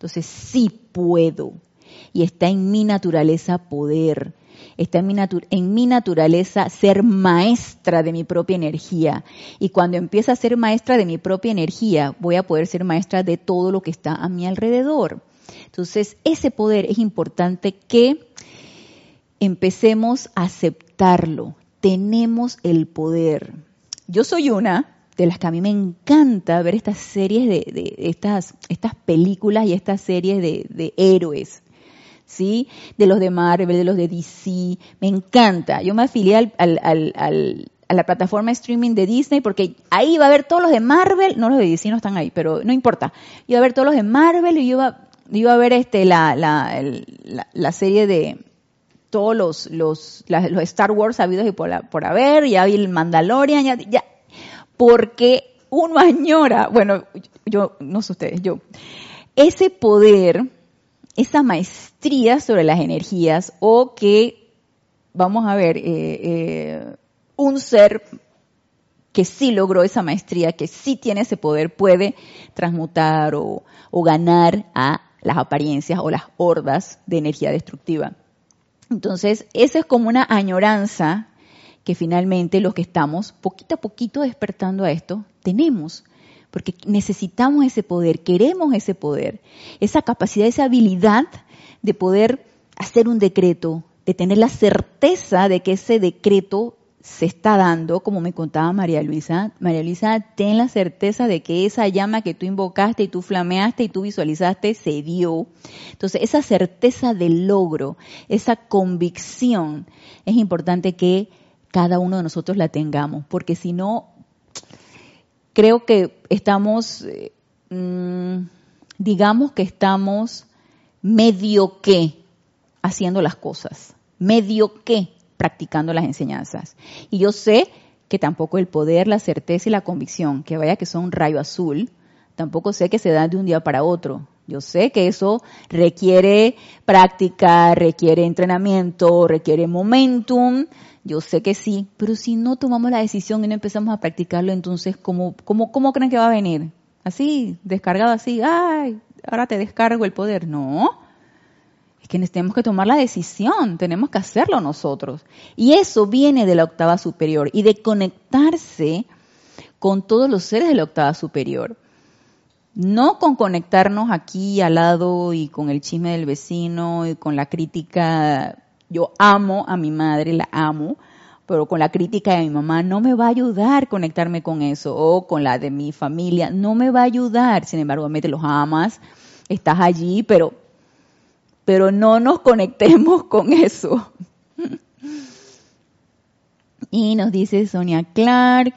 Entonces sí puedo. Y está en mi naturaleza poder. Está en mi, natu- en mi naturaleza ser maestra de mi propia energía. Y cuando empiece a ser maestra de mi propia energía, voy a poder ser maestra de todo lo que está a mi alrededor. Entonces, ese poder es importante que empecemos a aceptarlo. Tenemos el poder. Yo soy una de las que a mí me encanta ver estas series de, de estas, estas películas y estas series de, de héroes. ¿Sí? De los de Marvel, de los de D C, me encanta. Yo me afilié al, al, al, al, a la plataforma streaming de Disney porque ahí iba a ver todos los de Marvel, no los de D C no están ahí, pero no importa. Iba a ver todos los de Marvel y yo iba, iba a ver este la, la, el, la, la serie de todos los, los, la, los Star Wars habidos y por, la, por haber, ya vi el Mandalorian, ya, ya, porque uno añora, bueno, yo, no sé ustedes, yo, ese poder, esa maestría sobre las energías o que, vamos a ver, eh, eh, un ser que sí logró esa maestría, que sí tiene ese poder, puede transmutar o, o ganar a las apariencias o las hordas de energía destructiva. Entonces, esa es como una añoranza que finalmente los que estamos poquito a poquito despertando a esto, tenemos. Porque necesitamos ese poder, queremos ese poder, esa capacidad, esa habilidad de poder hacer un decreto, de tener la certeza de que ese decreto se está dando, como me contaba María Luisa. María Luisa, ten la certeza de que esa llama que tú invocaste y tú flameaste y tú visualizaste se dio. Entonces, esa certeza del logro, esa convicción, es importante que cada uno de nosotros la tengamos, porque si no, creo que estamos, eh, mmm, digamos que estamos medio que haciendo las cosas, medio que practicando las enseñanzas. Y yo sé que tampoco el poder, la certeza y la convicción, que vaya que son un rayo azul, tampoco sé que se dan de un día para otro. Yo sé que eso requiere práctica, requiere entrenamiento, requiere momentum. Yo sé que sí, pero si no tomamos la decisión y no empezamos a practicarlo, entonces, ¿cómo, cómo, cómo creen que va a venir? Así, descargado así, ¡ay! Ahora te descargo el poder. No, es que tenemos que tomar la decisión, tenemos que hacerlo nosotros. Y eso viene de la octava superior y de conectarse con todos los seres de la octava superior. No con conectarnos aquí al lado y con el chisme del vecino y con la crítica. Yo amo a mi madre, la amo, pero con la crítica de mi mamá no me va a ayudar conectarme con eso, o con la de mi familia, no me va a ayudar. Sin embargo, obviamente los amas, estás allí, pero, pero no nos conectemos con eso. Y nos dice Sonia Clark,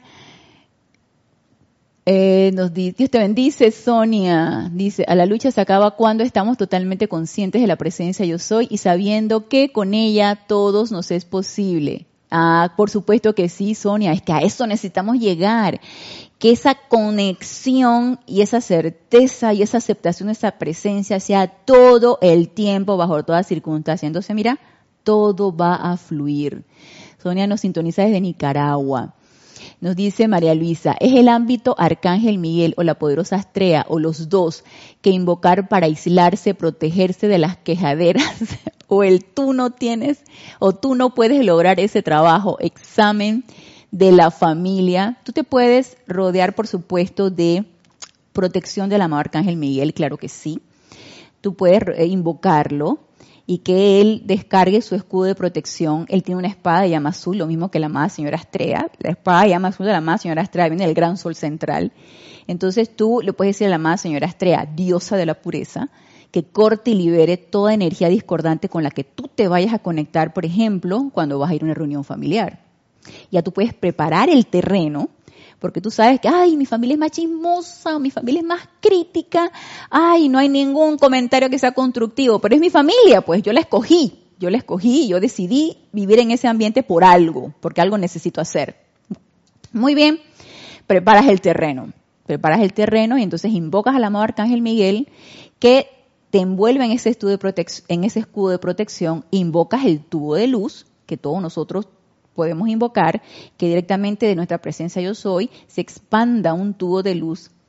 Eh, nos dice, Dios te bendice, Sonia. Dice, a la lucha se acaba cuando estamos totalmente conscientes de la presencia yo soy y sabiendo que con ella todos nos es posible. Ah, por supuesto que sí, Sonia, es que a eso necesitamos llegar. Que esa conexión y esa certeza y esa aceptación de esa presencia sea todo el tiempo, bajo todas circunstancias. Entonces, mira, todo va a fluir. Sonia nos sintoniza desde Nicaragua. Nos dice María Luisa, es el ámbito Arcángel Miguel o la poderosa Astrea o los dos que invocar para aislarse, protegerse de las quejaderas o el tú no tienes o tú no puedes lograr ese trabajo, examen de la familia. Tú te puedes rodear, por supuesto, de protección del amado Arcángel Miguel, claro que sí. Tú puedes invocarlo y que él descargue su escudo de protección. Él tiene una espada de llama azul, lo mismo que la amada señora Astrea. La espada de llama azul de la amada señora Astrea viene del gran sol central. Entonces tú le puedes decir a la amada señora Astrea, diosa de la pureza, que corte y libere toda energía discordante con la que tú te vayas a conectar, por ejemplo, cuando vas a ir a una reunión familiar. Ya tú puedes preparar el terreno, porque tú sabes que, ay, mi familia es más chismosa, mi familia es más crítica, ay, no hay ningún comentario que sea constructivo, pero es mi familia, pues yo la escogí, yo la escogí, yo decidí vivir en ese ambiente por algo, porque algo necesito hacer. Muy bien, preparas el terreno, preparas el terreno y entonces invocas al amado Arcángel Miguel que te envuelve en ese, escudo de protec- en ese escudo de protección, invocas el tubo de luz que todos nosotros podemos invocar, que directamente de nuestra presencia yo soy se expanda un tubo de luz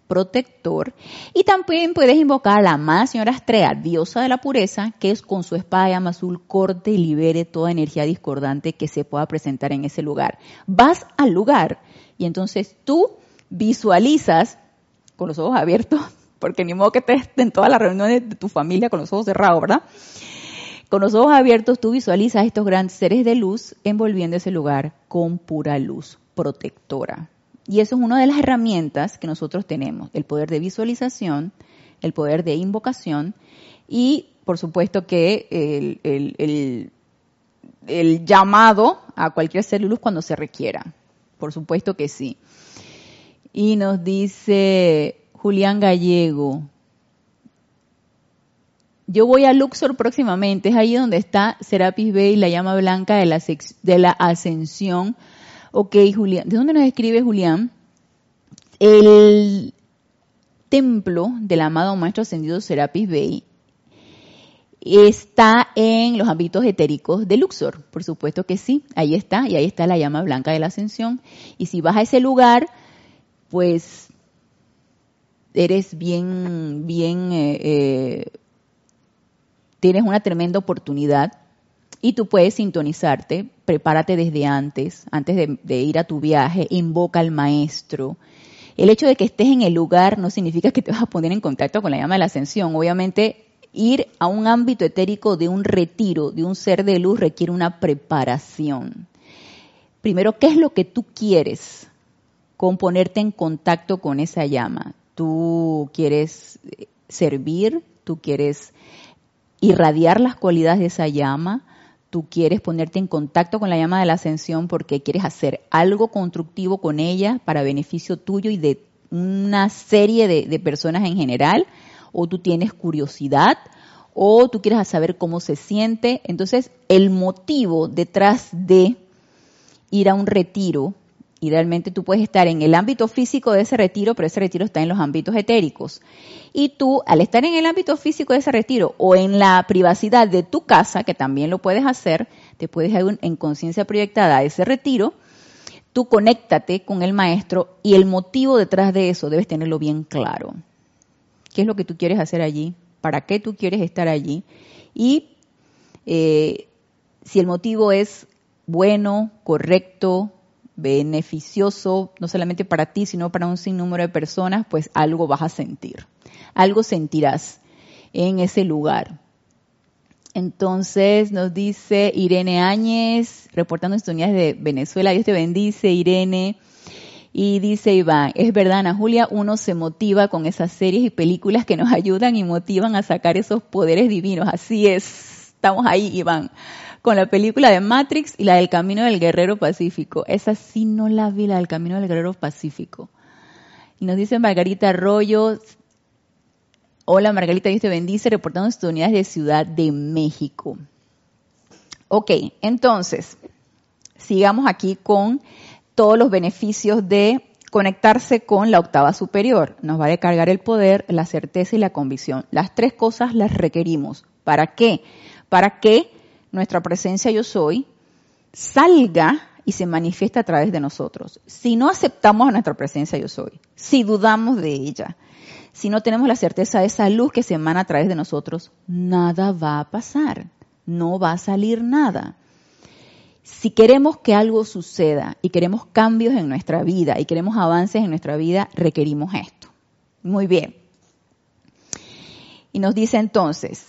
protector. Y también puedes invocar a la amada señora Astrea, diosa de la pureza, que es con su espada de llama azul corte y libere toda energía discordante que se pueda presentar en ese lugar. Vas al lugar y entonces tú visualizas con los ojos abiertos, porque ni modo que estés en todas las reuniones de tu familia con los ojos cerrados, ¿verdad? Con los ojos abiertos tú visualizas a estos grandes seres de luz envolviendo ese lugar con pura luz protectora. Y eso es una de las herramientas que nosotros tenemos, el poder de visualización, el poder de invocación y, por supuesto, que el, el, el, el llamado a cualquier ser de luz cuando se requiera. Por supuesto que sí. Y nos dice Julián Gallego, yo voy a Luxor próximamente, es ahí donde está Serapis Bay, la llama blanca de la, de la ascensión. Ok, Julián, ¿de dónde nos escribe Julián? El templo del amado Maestro Ascendido Serapis Bay está en los ámbitos etéricos de Luxor, por supuesto que sí, ahí está, y ahí está la llama blanca de la ascensión. Y si vas a ese lugar, pues eres bien, bien, eh, eh, tienes una tremenda oportunidad. Y tú puedes sintonizarte, prepárate desde antes, antes de, de ir a tu viaje, invoca al maestro. El hecho de que estés en el lugar no significa que te vas a poner en contacto con la llama de la ascensión. Obviamente, ir a un ámbito etérico de un retiro, de un ser de luz, requiere una preparación. Primero, ¿qué es lo que tú quieres con ponerte en contacto con esa llama? ¿Tú quieres servir? ¿Tú quieres irradiar las cualidades de esa llama? Tú quieres ponerte en contacto con la llama de la ascensión porque quieres hacer algo constructivo con ella para beneficio tuyo y de una serie de, de personas en general, o tú tienes curiosidad, o tú quieres saber cómo se siente. Entonces, el motivo detrás de ir a un retiro, y realmente tú puedes estar en el ámbito físico de ese retiro, pero ese retiro está en los ámbitos etéricos. Y tú, al estar en el ámbito físico de ese retiro o en la privacidad de tu casa, que también lo puedes hacer, te puedes ir en conciencia proyectada a ese retiro, tú conéctate con el maestro y el motivo detrás de eso debes tenerlo bien claro. ¿Qué es lo que tú quieres hacer allí? ¿Para qué tú quieres estar allí? Y eh, si el motivo es bueno, correcto, beneficioso, no solamente para ti, sino para un sinnúmero de personas, pues algo vas a sentir. Algo sentirás en ese lugar. Entonces nos dice Irene Áñez, reportando sintonías de Venezuela. Dios te bendice, Irene. Y dice Iván, es verdad, Ana Julia, uno se motiva con esas series y películas que nos ayudan y motivan a sacar esos poderes divinos. Así es, estamos ahí, Iván. Con la película de Matrix y la del Camino del Guerrero Pacífico. Esa sí no la vi, la del Camino del Guerrero Pacífico. Y nos dice Margarita Arroyo, hola Margarita, Dios te bendice, reportando sus unidades de Ciudad de México. Ok, entonces, sigamos aquí con todos los beneficios de conectarse con la octava superior. Nos va a descargar el poder, la certeza y la convicción. Las tres cosas las requerimos. ¿Para qué? Para que nuestra presencia yo soy salga y se manifiesta a través de nosotros. Si no aceptamos a nuestra presencia yo soy, si dudamos de ella, si no tenemos la certeza de esa luz que se emana a través de nosotros, nada va a pasar, no va a salir nada. Si queremos que algo suceda y queremos cambios en nuestra vida y queremos avances en nuestra vida, requerimos esto. Muy bien. Y nos dice entonces,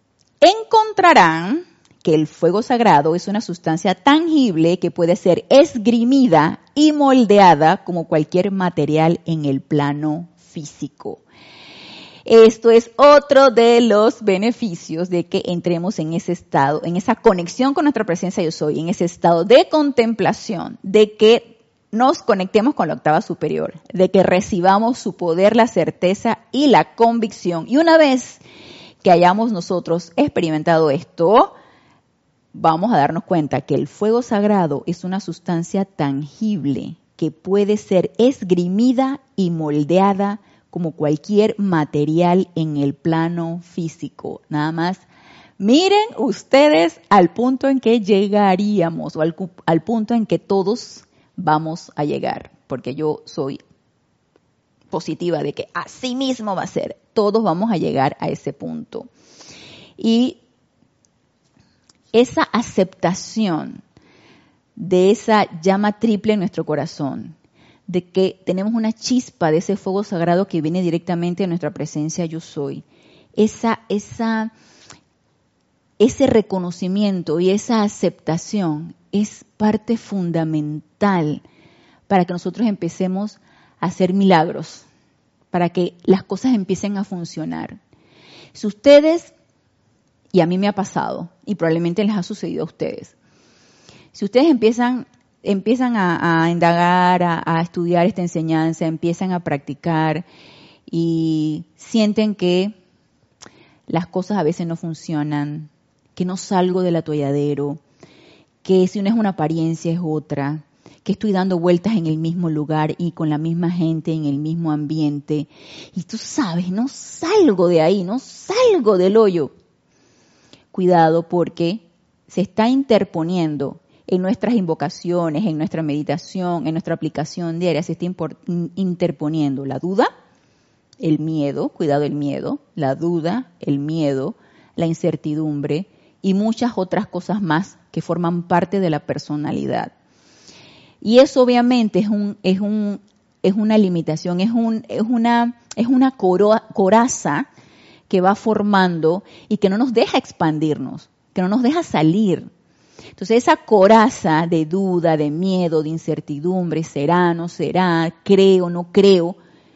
encontrarán que el fuego sagrado es una sustancia tangible que puede ser esgrimida y moldeada como cualquier material en el plano físico. Esto es otro de los beneficios de que entremos en ese estado, en esa conexión con nuestra presencia yo soy, en ese estado de contemplación, de que nos conectemos con la octava superior, de que recibamos su poder, la certeza y la convicción. Y una vez que hayamos nosotros experimentado esto, vamos a darnos cuenta que el fuego sagrado es una sustancia tangible que puede ser esgrimida y moldeada como cualquier material en el plano físico. Nada más, miren ustedes al punto en que llegaríamos o al, al punto en que todos vamos a llegar, porque yo soy positiva de que así mismo va a ser. Todos vamos a llegar a ese punto. Y esa aceptación de esa llama triple en nuestro corazón, de que tenemos una chispa de ese fuego sagrado que viene directamente de nuestra presencia yo soy, esa, esa, ese reconocimiento y esa aceptación es parte fundamental para que nosotros empecemos a hacer milagros, para que las cosas empiecen a funcionar. Si ustedes, y a mí me ha pasado, y probablemente les ha sucedido a ustedes, si ustedes empiezan, empiezan a, a indagar, a, a estudiar esta enseñanza, empiezan a practicar y sienten que las cosas a veces no funcionan, que no salgo del atolladero, que si una es una apariencia es otra, que estoy dando vueltas en el mismo lugar y con la misma gente, en el mismo ambiente, y tú sabes, no salgo de ahí, no salgo del hoyo. Cuidado, porque se está interponiendo en nuestras invocaciones, en nuestra meditación, en nuestra aplicación diaria, se está interponiendo la duda, el miedo, cuidado el miedo, la duda, el miedo, la incertidumbre y muchas otras cosas más que forman parte de la personalidad. Y eso obviamente es un, es un, es una limitación, es un, es una, es una coro, coraza que va formando y que no nos deja expandirnos, que no nos deja salir. Entonces esa coraza de duda, de miedo, de incertidumbre, será, no será, creo, no creo,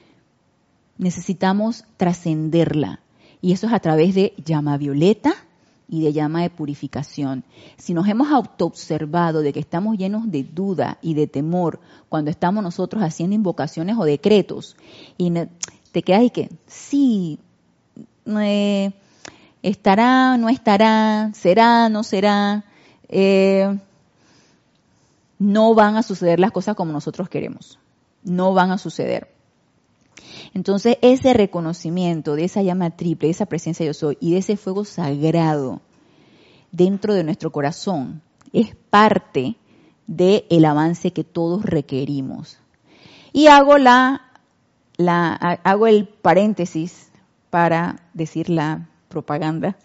necesitamos trascenderla. Y eso es a través de llama violeta y de llama de purificación. Si nos hemos autoobservado de que estamos llenos de duda y de temor cuando estamos nosotros haciendo invocaciones o decretos, y te quedas y que, sí, eh, estará, no estará, será, no será, eh, no van a suceder las cosas como nosotros queremos. No van a suceder. Entonces, ese reconocimiento de esa llama triple, de esa presencia yo soy y de ese fuego sagrado dentro de nuestro corazón es parte del avance que todos requerimos. Y hago la, la hago el paréntesis para decir la propaganda.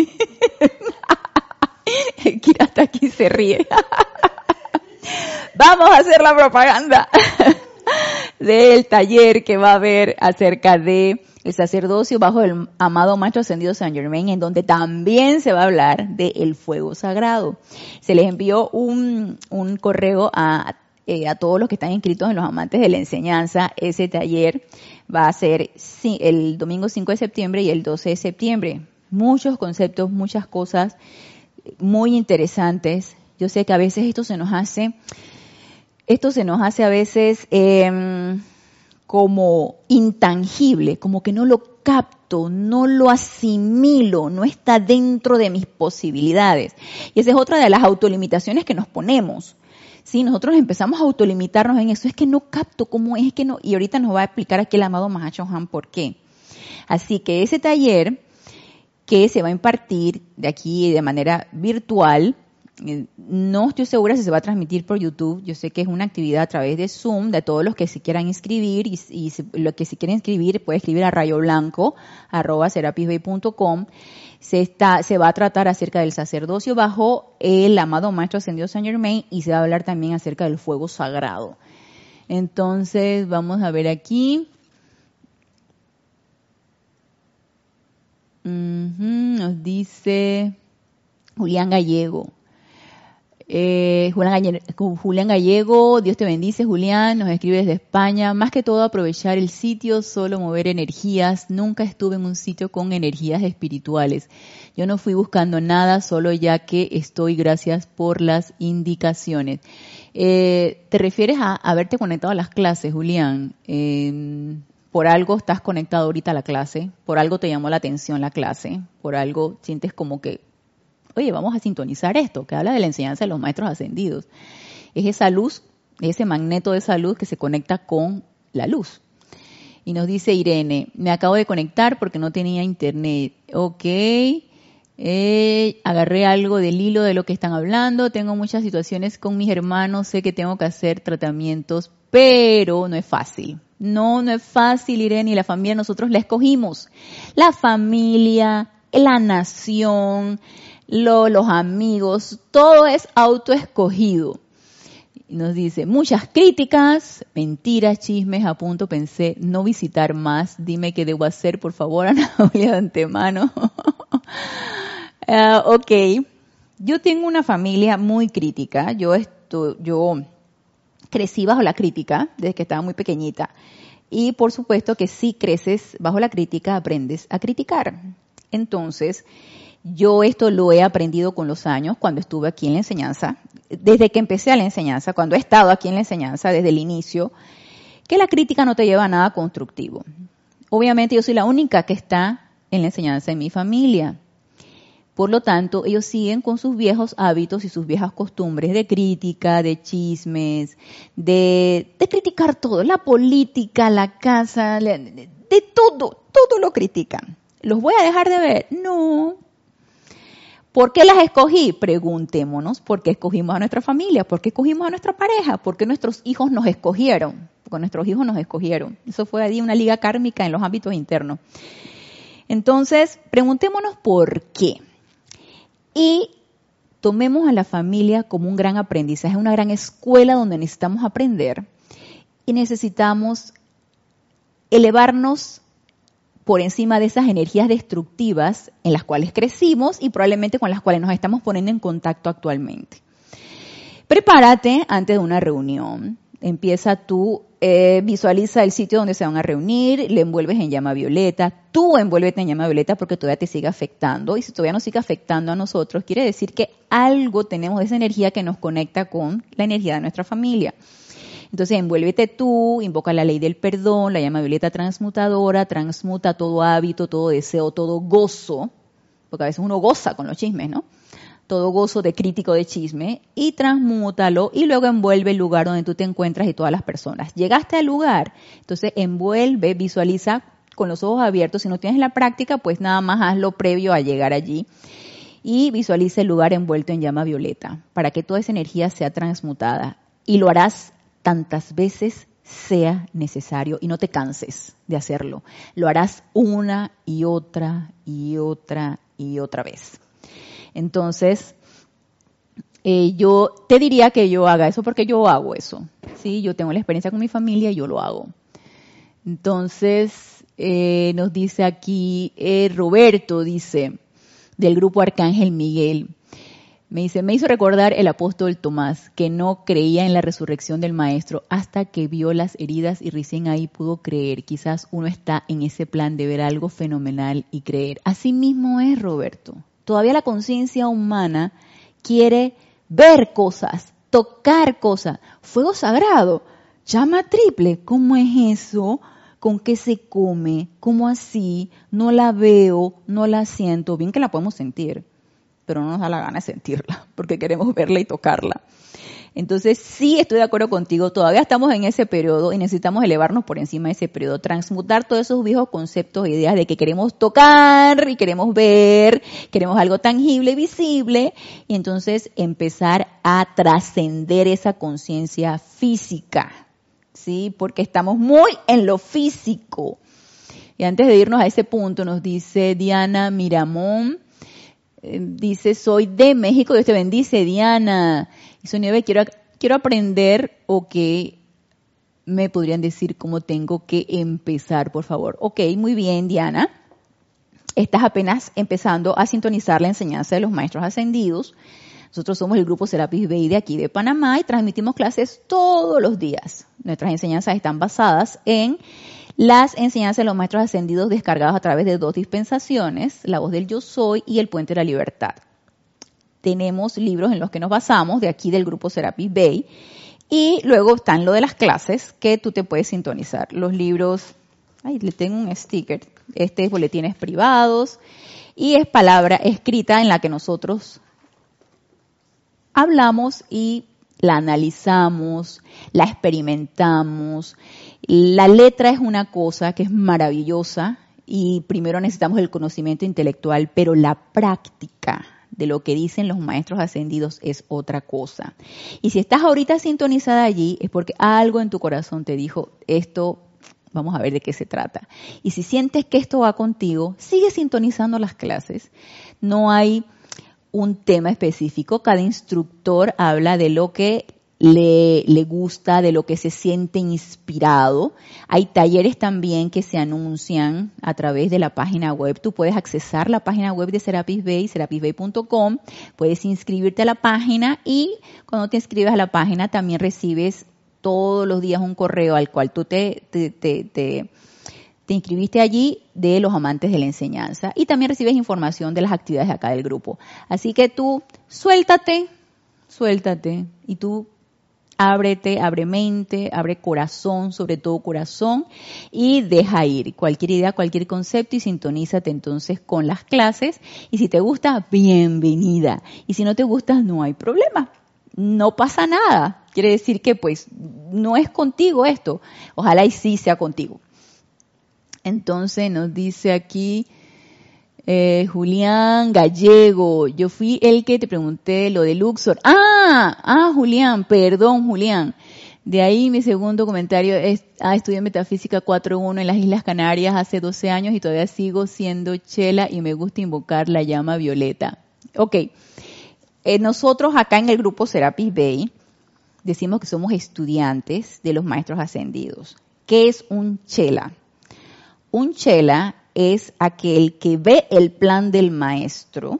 Kira hasta aquí se ríe. Vamos a hacer la propaganda del taller que va a haber acerca de el sacerdocio bajo el amado Maestro Ascendido Saint Germain, en donde también se va a hablar del fuego sagrado. Se les envió un, un correo a, eh, a todos los que están inscritos en los amantes de la enseñanza. Ese taller va a ser sí, el domingo cinco de septiembre y el doce de septiembre. Muchos conceptos, muchas cosas muy interesantes. Yo sé que a veces esto se nos hace... Esto se nos hace a veces eh, como intangible, como que no lo capto, no lo asimilo, no está dentro de mis posibilidades. Y esa es otra de las autolimitaciones que nos ponemos. Sí, nosotros empezamos a autolimitarnos en eso, es que no capto cómo es, es que no, y ahorita nos va a explicar aquí el amado Mahacho Han por qué. Así que ese taller que se va a impartir de aquí de manera virtual, no estoy segura si se va a transmitir por YouTube. Yo sé que es una actividad a través de Zoom de todos los que se quieran inscribir y, y si, lo que se quieren inscribir puede escribir a rayoblanco arroba serapisbay punto com. Se está, se va a tratar acerca del sacerdocio bajo el amado Maestro Ascendido Saint Germain y se va a hablar también acerca del fuego sagrado. Entonces vamos a ver aquí. Uh-huh, nos dice Julián Gallego. Eh, Julián, Gallego, Julián Gallego, Dios te bendice, Julián, nos escribe desde España. Más que todo aprovechar el sitio, solo mover energías. Nunca estuve en un sitio con energías espirituales. Yo no fui buscando nada, solo ya que estoy, gracias por las indicaciones. Eh, ¿Te refieres a haberte conectado a las clases, Julián? Eh, por algo estás conectado ahorita a la clase, por algo te llamó la atención la clase, por algo sientes como que oye, vamos a sintonizar esto, que habla de la enseñanza de los maestros ascendidos. Es esa luz, ese magneto de esa luz que se conecta con la luz. Y nos dice Irene, me acabo de conectar porque no tenía internet. Ok, eh, agarré algo del hilo de lo que están hablando. Tengo muchas situaciones con mis hermanos, sé que tengo que hacer tratamientos pero no es fácil. No, no es fácil, Irene, y la familia nosotros la escogimos. La familia, la nación, lo, los amigos, todo es autoescogido. Nos dice, muchas críticas, mentiras, chismes, a punto pensé no visitar más. Dime qué debo hacer, por favor, Ana Julia, de antemano. uh, ok, yo tengo una familia muy crítica. Yo, esto, yo crecí bajo la crítica desde que estaba muy pequeñita. Y por supuesto que si creces bajo la crítica, aprendes a criticar. Entonces, yo esto lo he aprendido con los años cuando estuve aquí en la enseñanza, desde que empecé a la enseñanza, cuando he estado aquí en la enseñanza desde el inicio, que la crítica no te lleva a nada constructivo. Obviamente yo soy la única que está en la enseñanza en mi familia. Por lo tanto, ellos siguen con sus viejos hábitos y sus viejas costumbres de crítica, de chismes, de, de criticar todo, la política, la casa, de, de todo, todo lo critican. ¿Los voy a dejar de ver? No. ¿Por qué las escogí? Preguntémonos, ¿por qué escogimos a nuestra familia? ¿Por qué escogimos a nuestra pareja? ¿Por qué nuestros hijos nos escogieron? Porque nuestros hijos nos escogieron. Eso fue ahí una liga kármica en los ámbitos internos. Entonces, preguntémonos por qué. Y tomemos a la familia como un gran aprendizaje, una gran escuela donde necesitamos aprender y necesitamos elevarnos por encima de esas energías destructivas en las cuales crecimos y probablemente con las cuales nos estamos poniendo en contacto actualmente. Prepárate antes de una reunión. Empieza tú, eh, visualiza el sitio donde se van a reunir, le envuelves en llama violeta, tú envuélvete en llama violeta porque todavía te sigue afectando, y si todavía nos sigue afectando a nosotros, quiere decir que algo tenemos de esa energía que nos conecta con la energía de nuestra familia. Entonces envuélvete tú, invoca la ley del perdón, la llama violeta transmutadora, transmuta todo hábito, todo deseo, todo gozo, porque a veces uno goza con los chismes, ¿no? Todo gozo de crítico de chisme, y transmútalo, y luego envuelve el lugar donde tú te encuentras y todas las personas. Llegaste al lugar, entonces envuelve, visualiza con los ojos abiertos. Si no tienes la práctica, pues nada más hazlo previo a llegar allí. Y visualiza el lugar envuelto en llama violeta, para que toda esa energía sea transmutada. Y lo harás tantas veces sea necesario y no te canses de hacerlo. Lo harás una y otra y otra y otra vez. Entonces, eh, yo te diría que yo haga eso porque yo hago eso. Sí, yo tengo la experiencia con mi familia y yo lo hago. Entonces, eh, nos dice aquí, eh, Roberto dice, del grupo Arcángel Miguel, me dice, me hizo recordar el apóstol Tomás, que no creía en la resurrección del Maestro hasta que vio las heridas y recién ahí pudo creer. Quizás uno está en ese plan de ver algo fenomenal y creer. Así mismo es, Roberto. Todavía la conciencia humana quiere ver cosas, tocar cosas. Fuego sagrado, llama triple. ¿Cómo es eso? ¿Con qué se come? ¿Cómo así? No la veo, no la siento. Bien que la podemos sentir, pero no nos da la gana de sentirla, porque queremos verla y tocarla. Entonces, sí estoy de acuerdo contigo, todavía estamos en ese periodo y necesitamos elevarnos por encima de ese periodo, transmutar todos esos viejos conceptos e ideas de que queremos tocar y queremos ver, queremos algo tangible y visible, y entonces empezar a trascender esa conciencia física, ¿sí? Porque estamos muy en lo físico. Y antes de irnos a ese punto, nos dice Diana Miramón, dice, soy de México, Dios te bendice, Diana. Y Sonia, quiero, quiero aprender o que me podrían decir cómo tengo que empezar, por favor. Ok, muy bien, Diana. Estás apenas empezando a sintonizar la enseñanza de los maestros ascendidos. Nosotros somos el grupo Serapis Bay de aquí de Panamá y transmitimos clases todos los días. Nuestras enseñanzas están basadas en las enseñanzas de los maestros ascendidos descargadas a través de dos dispensaciones, la voz del Yo Soy y el Puente de la Libertad. Tenemos libros en los que nos basamos, de aquí del grupo Serapis Bay, y luego están lo de las clases que tú te puedes sintonizar. Los libros, ay, le tengo un sticker, este es boletines privados, y es palabra escrita en la que nosotros hablamos y la analizamos, la experimentamos. La letra es una cosa que es maravillosa y primero necesitamos el conocimiento intelectual, pero la práctica de lo que dicen los maestros ascendidos es otra cosa. Y si estás ahorita sintonizada allí, es porque algo en tu corazón te dijo, esto, vamos a ver de qué se trata. Y si sientes que esto va contigo, sigue sintonizando las clases. No hay un tema específico, cada instructor habla de lo que Le, le gusta, de lo que se siente inspirado. Hay talleres también que se anuncian a través de la página web. Tú puedes accesar la página web de Serapis Bay, serapis bay punto com, puedes inscribirte a la página y cuando te inscribes a la página también recibes todos los días un correo al cual tú te, te, te, te, te inscribiste allí de los amantes de la enseñanza y también recibes información de las actividades de acá del grupo. Así que tú suéltate, suéltate y tú ábrete, abre mente, abre corazón, sobre todo corazón, y deja ir cualquier idea, cualquier concepto y sintonízate entonces con las clases. Y si te gusta, bienvenida. Y si no te gusta, no hay problema. No pasa nada. Quiere decir que pues no es contigo esto. Ojalá y sí sea contigo. Entonces nos dice aquí Eh, Julián Gallego, yo fui el que te pregunté lo de Luxor. Ah, ah, Julián, perdón, Julián. De ahí mi segundo comentario es, ah, estudié Metafísica cuatro punto uno en las Islas Canarias hace doce años y todavía sigo siendo chela y me gusta invocar la llama violeta. Ok, eh, nosotros acá en el grupo Serapis Bay decimos que somos estudiantes de los maestros ascendidos. ¿Qué es un chela? Un chela es aquel que ve el plan del maestro,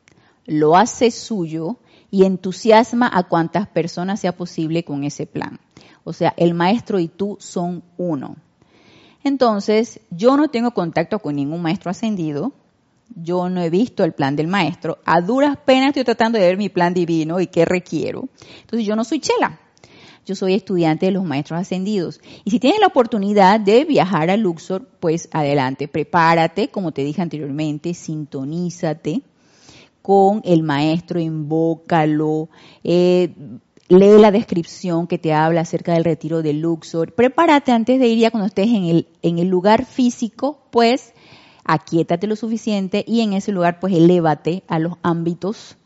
lo hace suyo y entusiasma a cuantas personas sea posible con ese plan. O sea, el maestro y tú son uno. Entonces, yo no tengo contacto con ningún maestro ascendido, yo no he visto el plan del maestro, a duras penas estoy tratando de ver mi plan divino y qué requiero. Entonces, yo no soy chela. Yo soy estudiante de los maestros ascendidos. Y si tienes la oportunidad de viajar a Luxor, pues adelante, prepárate, como te dije anteriormente, sintonízate con el maestro, invócalo, eh, lee la descripción que te habla acerca del retiro de Luxor. Prepárate antes de ir, ya cuando estés en el, en el lugar físico, pues aquíétate lo suficiente y en ese lugar pues elévate a los ámbitos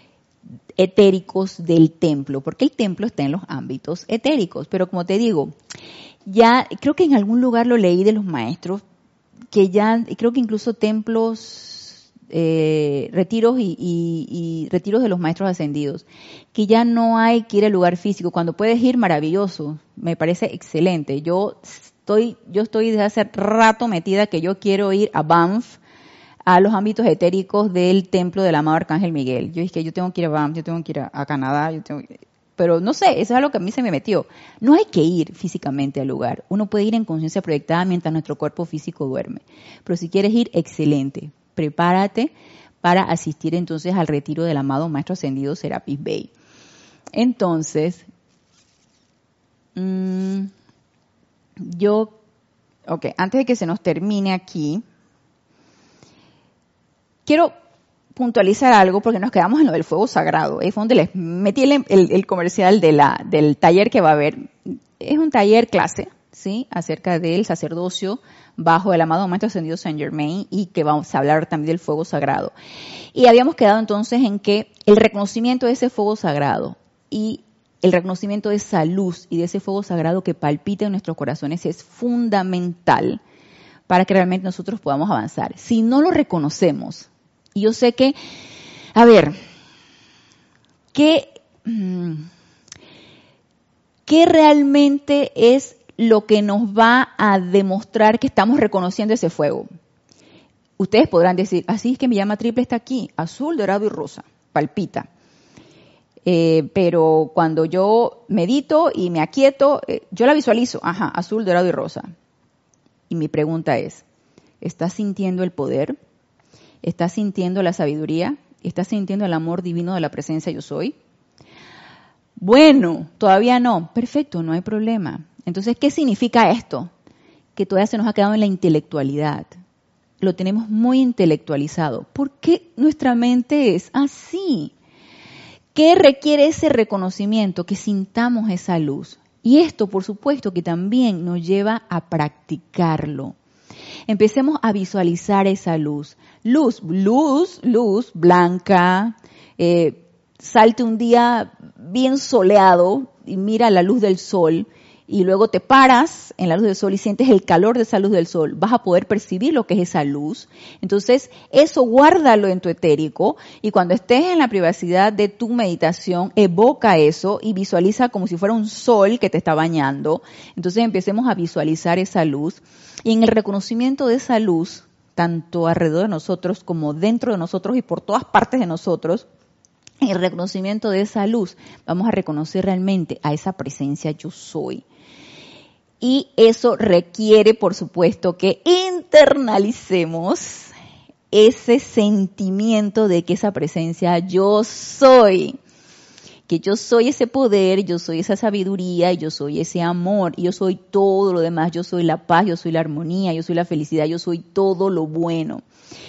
etéricos del templo, porque el templo está en los ámbitos etéricos, pero como te digo, ya creo que en algún lugar lo leí de los maestros, que ya, creo que incluso templos, eh, retiros y, y, y retiros de los maestros ascendidos, que ya no hay que ir al lugar físico, cuando puedes ir, maravilloso, me parece excelente. Yo estoy, yo estoy desde hace rato metida que yo quiero ir a Banff, a los ámbitos etéricos del templo del amado Arcángel Miguel. Yo dije que yo tengo que ir a Banff, yo tengo que ir a, a Canadá, yo tengo que... pero no sé, eso es algo que a mí se me metió. No hay que ir físicamente al lugar. Uno puede ir en conciencia proyectada mientras nuestro cuerpo físico duerme. Pero si quieres ir, excelente. Prepárate para asistir entonces al retiro del amado Maestro Ascendido Serapis Bay. Entonces, mmm, yo, ok, antes de que se nos termine aquí, quiero puntualizar algo porque nos quedamos en lo del fuego sagrado. Ahí fue donde les metí el, el, el comercial de la, del taller que va a haber. Es un taller clase, ¿sí? Acerca del sacerdocio bajo el amado Maestro Ascendido Saint Germain y que vamos a hablar también del fuego sagrado. Y habíamos quedado entonces en que el reconocimiento de ese fuego sagrado y el reconocimiento de esa luz y de ese fuego sagrado que palpita en nuestros corazones es fundamental para que realmente nosotros podamos avanzar. Si no lo reconocemos, y yo sé que, a ver, ¿qué, ¿qué realmente es lo que nos va a demostrar que estamos reconociendo ese fuego? Ustedes podrán decir, así es que mi llama triple está aquí, azul, dorado y rosa, palpita. Eh, pero cuando yo medito y me aquieto, eh, yo la visualizo, ajá, azul, dorado y rosa. Y mi pregunta es, ¿estás sintiendo el poder? ¿Estás sintiendo la sabiduría? ¿Estás sintiendo el amor divino de la presencia yo soy? Bueno, todavía no. Perfecto, no hay problema. Entonces, ¿qué significa esto? Que todavía se nos ha quedado en la intelectualidad. Lo tenemos muy intelectualizado. ¿Por qué nuestra mente es así? ¿Qué requiere ese reconocimiento? Que sintamos esa luz. Y esto, por supuesto, que también nos lleva a practicarlo. empecemos a visualizar esa luz. Luz, luz, luz blanca, eh, salte un día bien soleado y mira la luz del sol y luego te paras en la luz del sol y sientes el calor de esa luz del sol, vas a poder percibir lo que es esa luz. Entonces, eso guárdalo en tu etérico y cuando estés en la privacidad de tu meditación, evoca eso y visualiza como si fuera un sol que te está bañando. Entonces, empecemos a visualizar esa luz y en el reconocimiento de esa luz, tanto alrededor de nosotros como dentro de nosotros y por todas partes de nosotros, en el reconocimiento de esa luz, vamos a reconocer realmente a esa presencia yo soy. Y eso requiere, por supuesto, que internalicemos ese sentimiento de que esa presencia yo soy, que yo soy ese poder, yo soy esa sabiduría, yo soy ese amor, y yo soy todo lo demás, yo soy la paz, yo soy la armonía, yo soy la felicidad, yo soy todo lo bueno.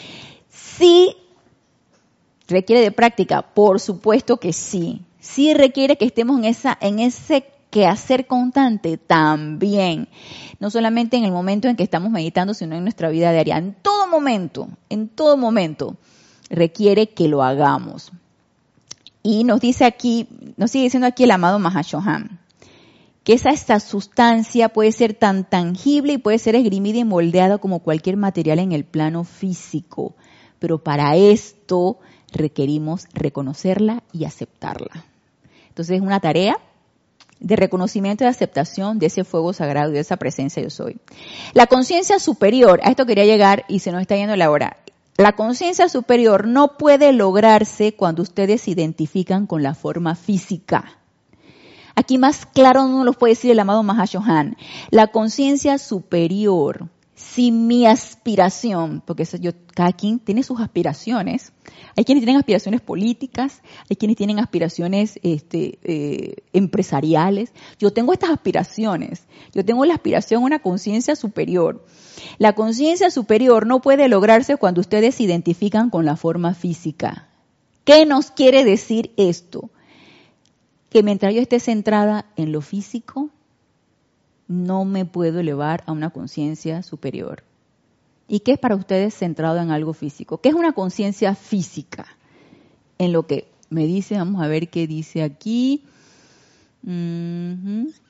Sí requiere de práctica, por supuesto que sí. Sí requiere que estemos en esa, en ese quehacer constante también. No solamente en el momento en que estamos meditando, sino en nuestra vida diaria. En todo momento, en todo momento, requiere que lo hagamos. Y nos dice aquí, nos sigue diciendo aquí el amado Mahashohan, que esa esta sustancia puede ser tan tangible y puede ser esgrimida y moldeada como cualquier material en el plano físico. Pero para esto requerimos reconocerla y aceptarla. Entonces es una tarea de reconocimiento y aceptación de ese fuego sagrado y de esa presencia yo soy. La conciencia superior, a esto quería llegar y se nos está yendo la hora. La conciencia superior no puede lograrse cuando ustedes se identifican con la forma física. Aquí más claro no lo puede decir el amado Mahashohan. La conciencia superior, si mi aspiración, porque eso yo, cada quien tiene sus aspiraciones, hay quienes tienen aspiraciones políticas, hay quienes tienen aspiraciones este, eh, empresariales. Yo tengo estas aspiraciones, yo tengo la aspiración a una conciencia superior. La conciencia superior no puede lograrse cuando ustedes se identifican con la forma física. ¿Qué nos quiere decir esto? Que mientras yo esté centrada en lo físico, no me puedo elevar a una conciencia superior. ¿Y qué es para ustedes centrado en algo físico? ¿Qué es una conciencia física? En lo que me dice, vamos a ver qué dice aquí. Uh-huh.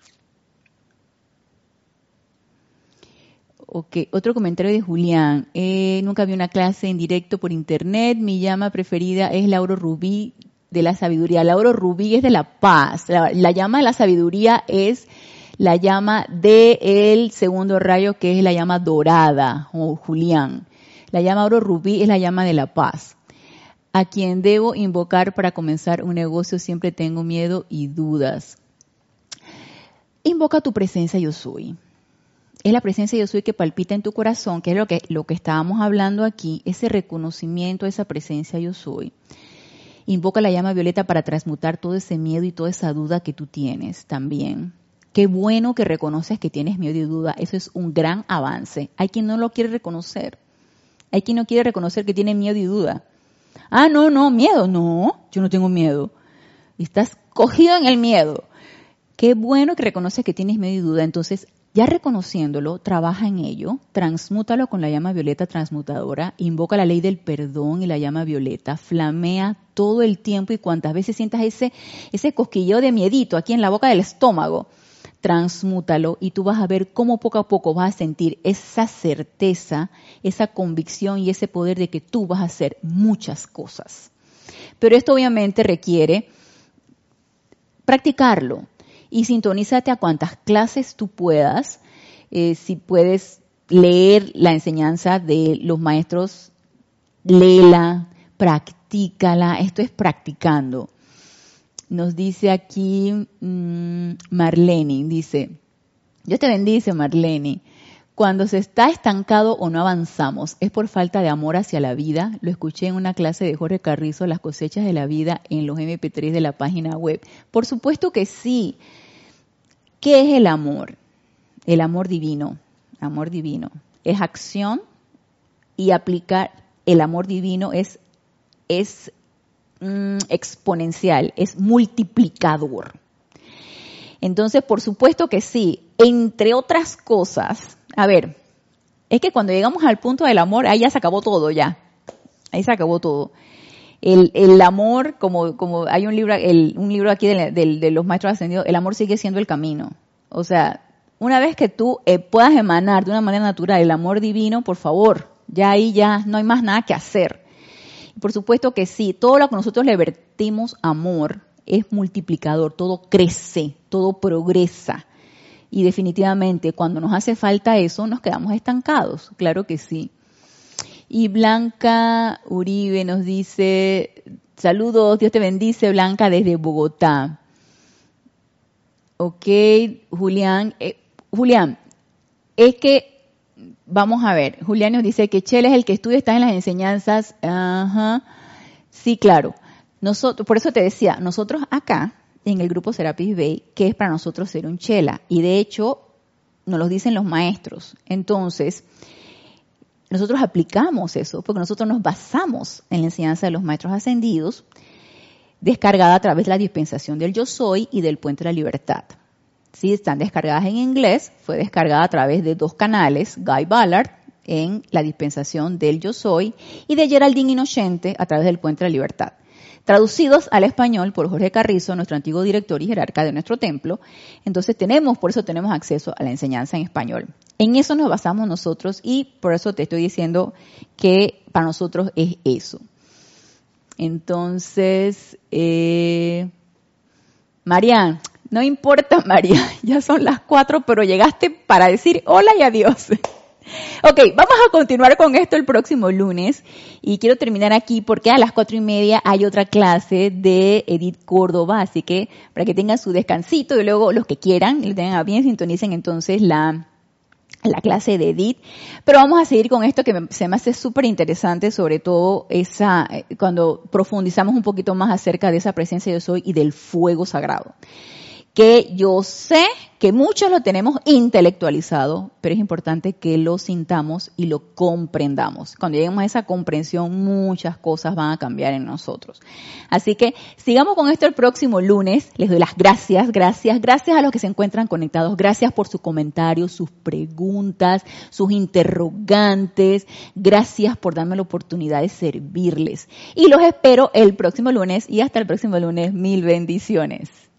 Ok, otro comentario de Julián. Eh, nunca vi una clase en directo por internet. Mi llama preferida es la oro rubí de la sabiduría. La oro rubí es de la paz. La, la llama de la sabiduría es la llama del segundo rayo, que es la llama dorada, o Julián. La llama oro rubí es la llama de la paz. A quien debo invocar para comenzar un negocio siempre tengo miedo y dudas. Invoca tu presencia yo soy. Es la presencia yo soy que palpita en tu corazón, que es lo que, lo que estábamos hablando aquí, ese reconocimiento, esa presencia yo soy. Invoca la llama violeta para transmutar todo ese miedo y toda esa duda que tú tienes también. Qué bueno que reconoces que tienes miedo y duda. Eso es un gran avance. Hay quien no lo quiere reconocer. Hay quien no quiere reconocer que tiene miedo y duda. Ah, no, no, miedo. No, yo no tengo miedo. Estás cogido en el miedo. Qué bueno que reconoces que tienes miedo y duda. Entonces, ya reconociéndolo, trabaja en ello, transmútalo con la llama violeta transmutadora, invoca la ley del perdón y la llama violeta, flamea todo el tiempo y cuantas veces sientas ese, ese cosquilleo de miedito aquí en la boca del estómago, transmútalo y tú vas a ver cómo poco a poco vas a sentir esa certeza, esa convicción y ese poder de que tú vas a hacer muchas cosas. Pero esto obviamente requiere practicarlo y sintonízate a cuantas clases tú puedas, eh, si puedes leer la enseñanza de los maestros, léela, practícala, esto es practicando. Nos dice aquí mmm, Marlene, dice, Dios te bendice Marlene, cuando se está estancado o no avanzamos, es por falta de amor hacia la vida. Lo escuché en una clase de Jorge Carrizo, Las cosechas de la vida, en los eme pe tres de la página web. Por supuesto que sí. ¿Qué es el amor? El amor divino, amor divino, es acción y aplicar el amor divino es, es exponencial, es multiplicador. Entonces, por supuesto que sí, entre otras cosas, a ver, Es que cuando llegamos al punto del amor, ahí ya se acabó todo, ya. Ahí se acabó todo. El, el amor, como, como hay un libro, el, un libro aquí de, de, de los maestros ascendidos, el amor sigue siendo el camino. O sea, una vez que tú eh, puedas emanar de una manera natural el amor divino, por favor, ya ahí ya no hay más nada que hacer. Y por supuesto que sí, todo lo que nosotros le vertimos amor es multiplicador, todo crece, todo progresa. Y definitivamente cuando nos hace falta eso, nos quedamos estancados, claro que sí. Y Blanca Uribe nos dice, saludos, Dios te bendice, Blanca, desde Bogotá. Ok, Julián, eh, Julián, es que, vamos a ver, Julián nos dice que Chela es el que estudia, está en las enseñanzas, ajá, sí, claro. Nosotros, por eso te decía, nosotros acá, en el grupo Serapis Bay, que es para nosotros ser un Chela, y de hecho, nos lo dicen los maestros. Entonces, nosotros aplicamos eso, porque nosotros nos basamos en la enseñanza de los maestros ascendidos, descargada a través de la dispensación del Yo Soy y del Puente de la Libertad. Sí, están descargadas en inglés, fue descargada a través de dos canales, Guy Ballard en la dispensación del Yo Soy y de Geraldine Inocente a través del Puente de la Libertad. Traducidos al español por Jorge Carrizo, nuestro antiguo director y jerarca de nuestro templo. Entonces tenemos, por eso tenemos acceso a la enseñanza en español. En eso nos basamos nosotros y por eso te estoy diciendo que para nosotros es eso. Entonces, eh, Marian, no importa, María, ya son las cuatro, pero llegaste para decir hola y adiós. Ok, vamos a continuar con esto el próximo lunes y quiero terminar aquí porque a las cuatro y media hay otra clase de Edith Córdoba, así que para que tengan su descansito y luego los que quieran, le tengan a bien, sintonicen entonces la, la clase de Edith. Pero vamos a seguir con esto que me, se me hace súper interesante, sobre todo esa cuando profundizamos un poquito más acerca de esa presencia yo soy y del fuego sagrado. Que yo sé que muchos lo tenemos intelectualizado, pero es importante que lo sintamos y lo comprendamos. Cuando lleguemos a esa comprensión, muchas cosas van a cambiar en nosotros. Así que sigamos con esto el próximo lunes. Les doy las gracias, gracias, gracias a los que se encuentran conectados. Gracias por sus comentarios, sus preguntas, sus interrogantes. Gracias por darme la oportunidad de servirles. Y los espero el próximo lunes y hasta el próximo lunes. Mil bendiciones.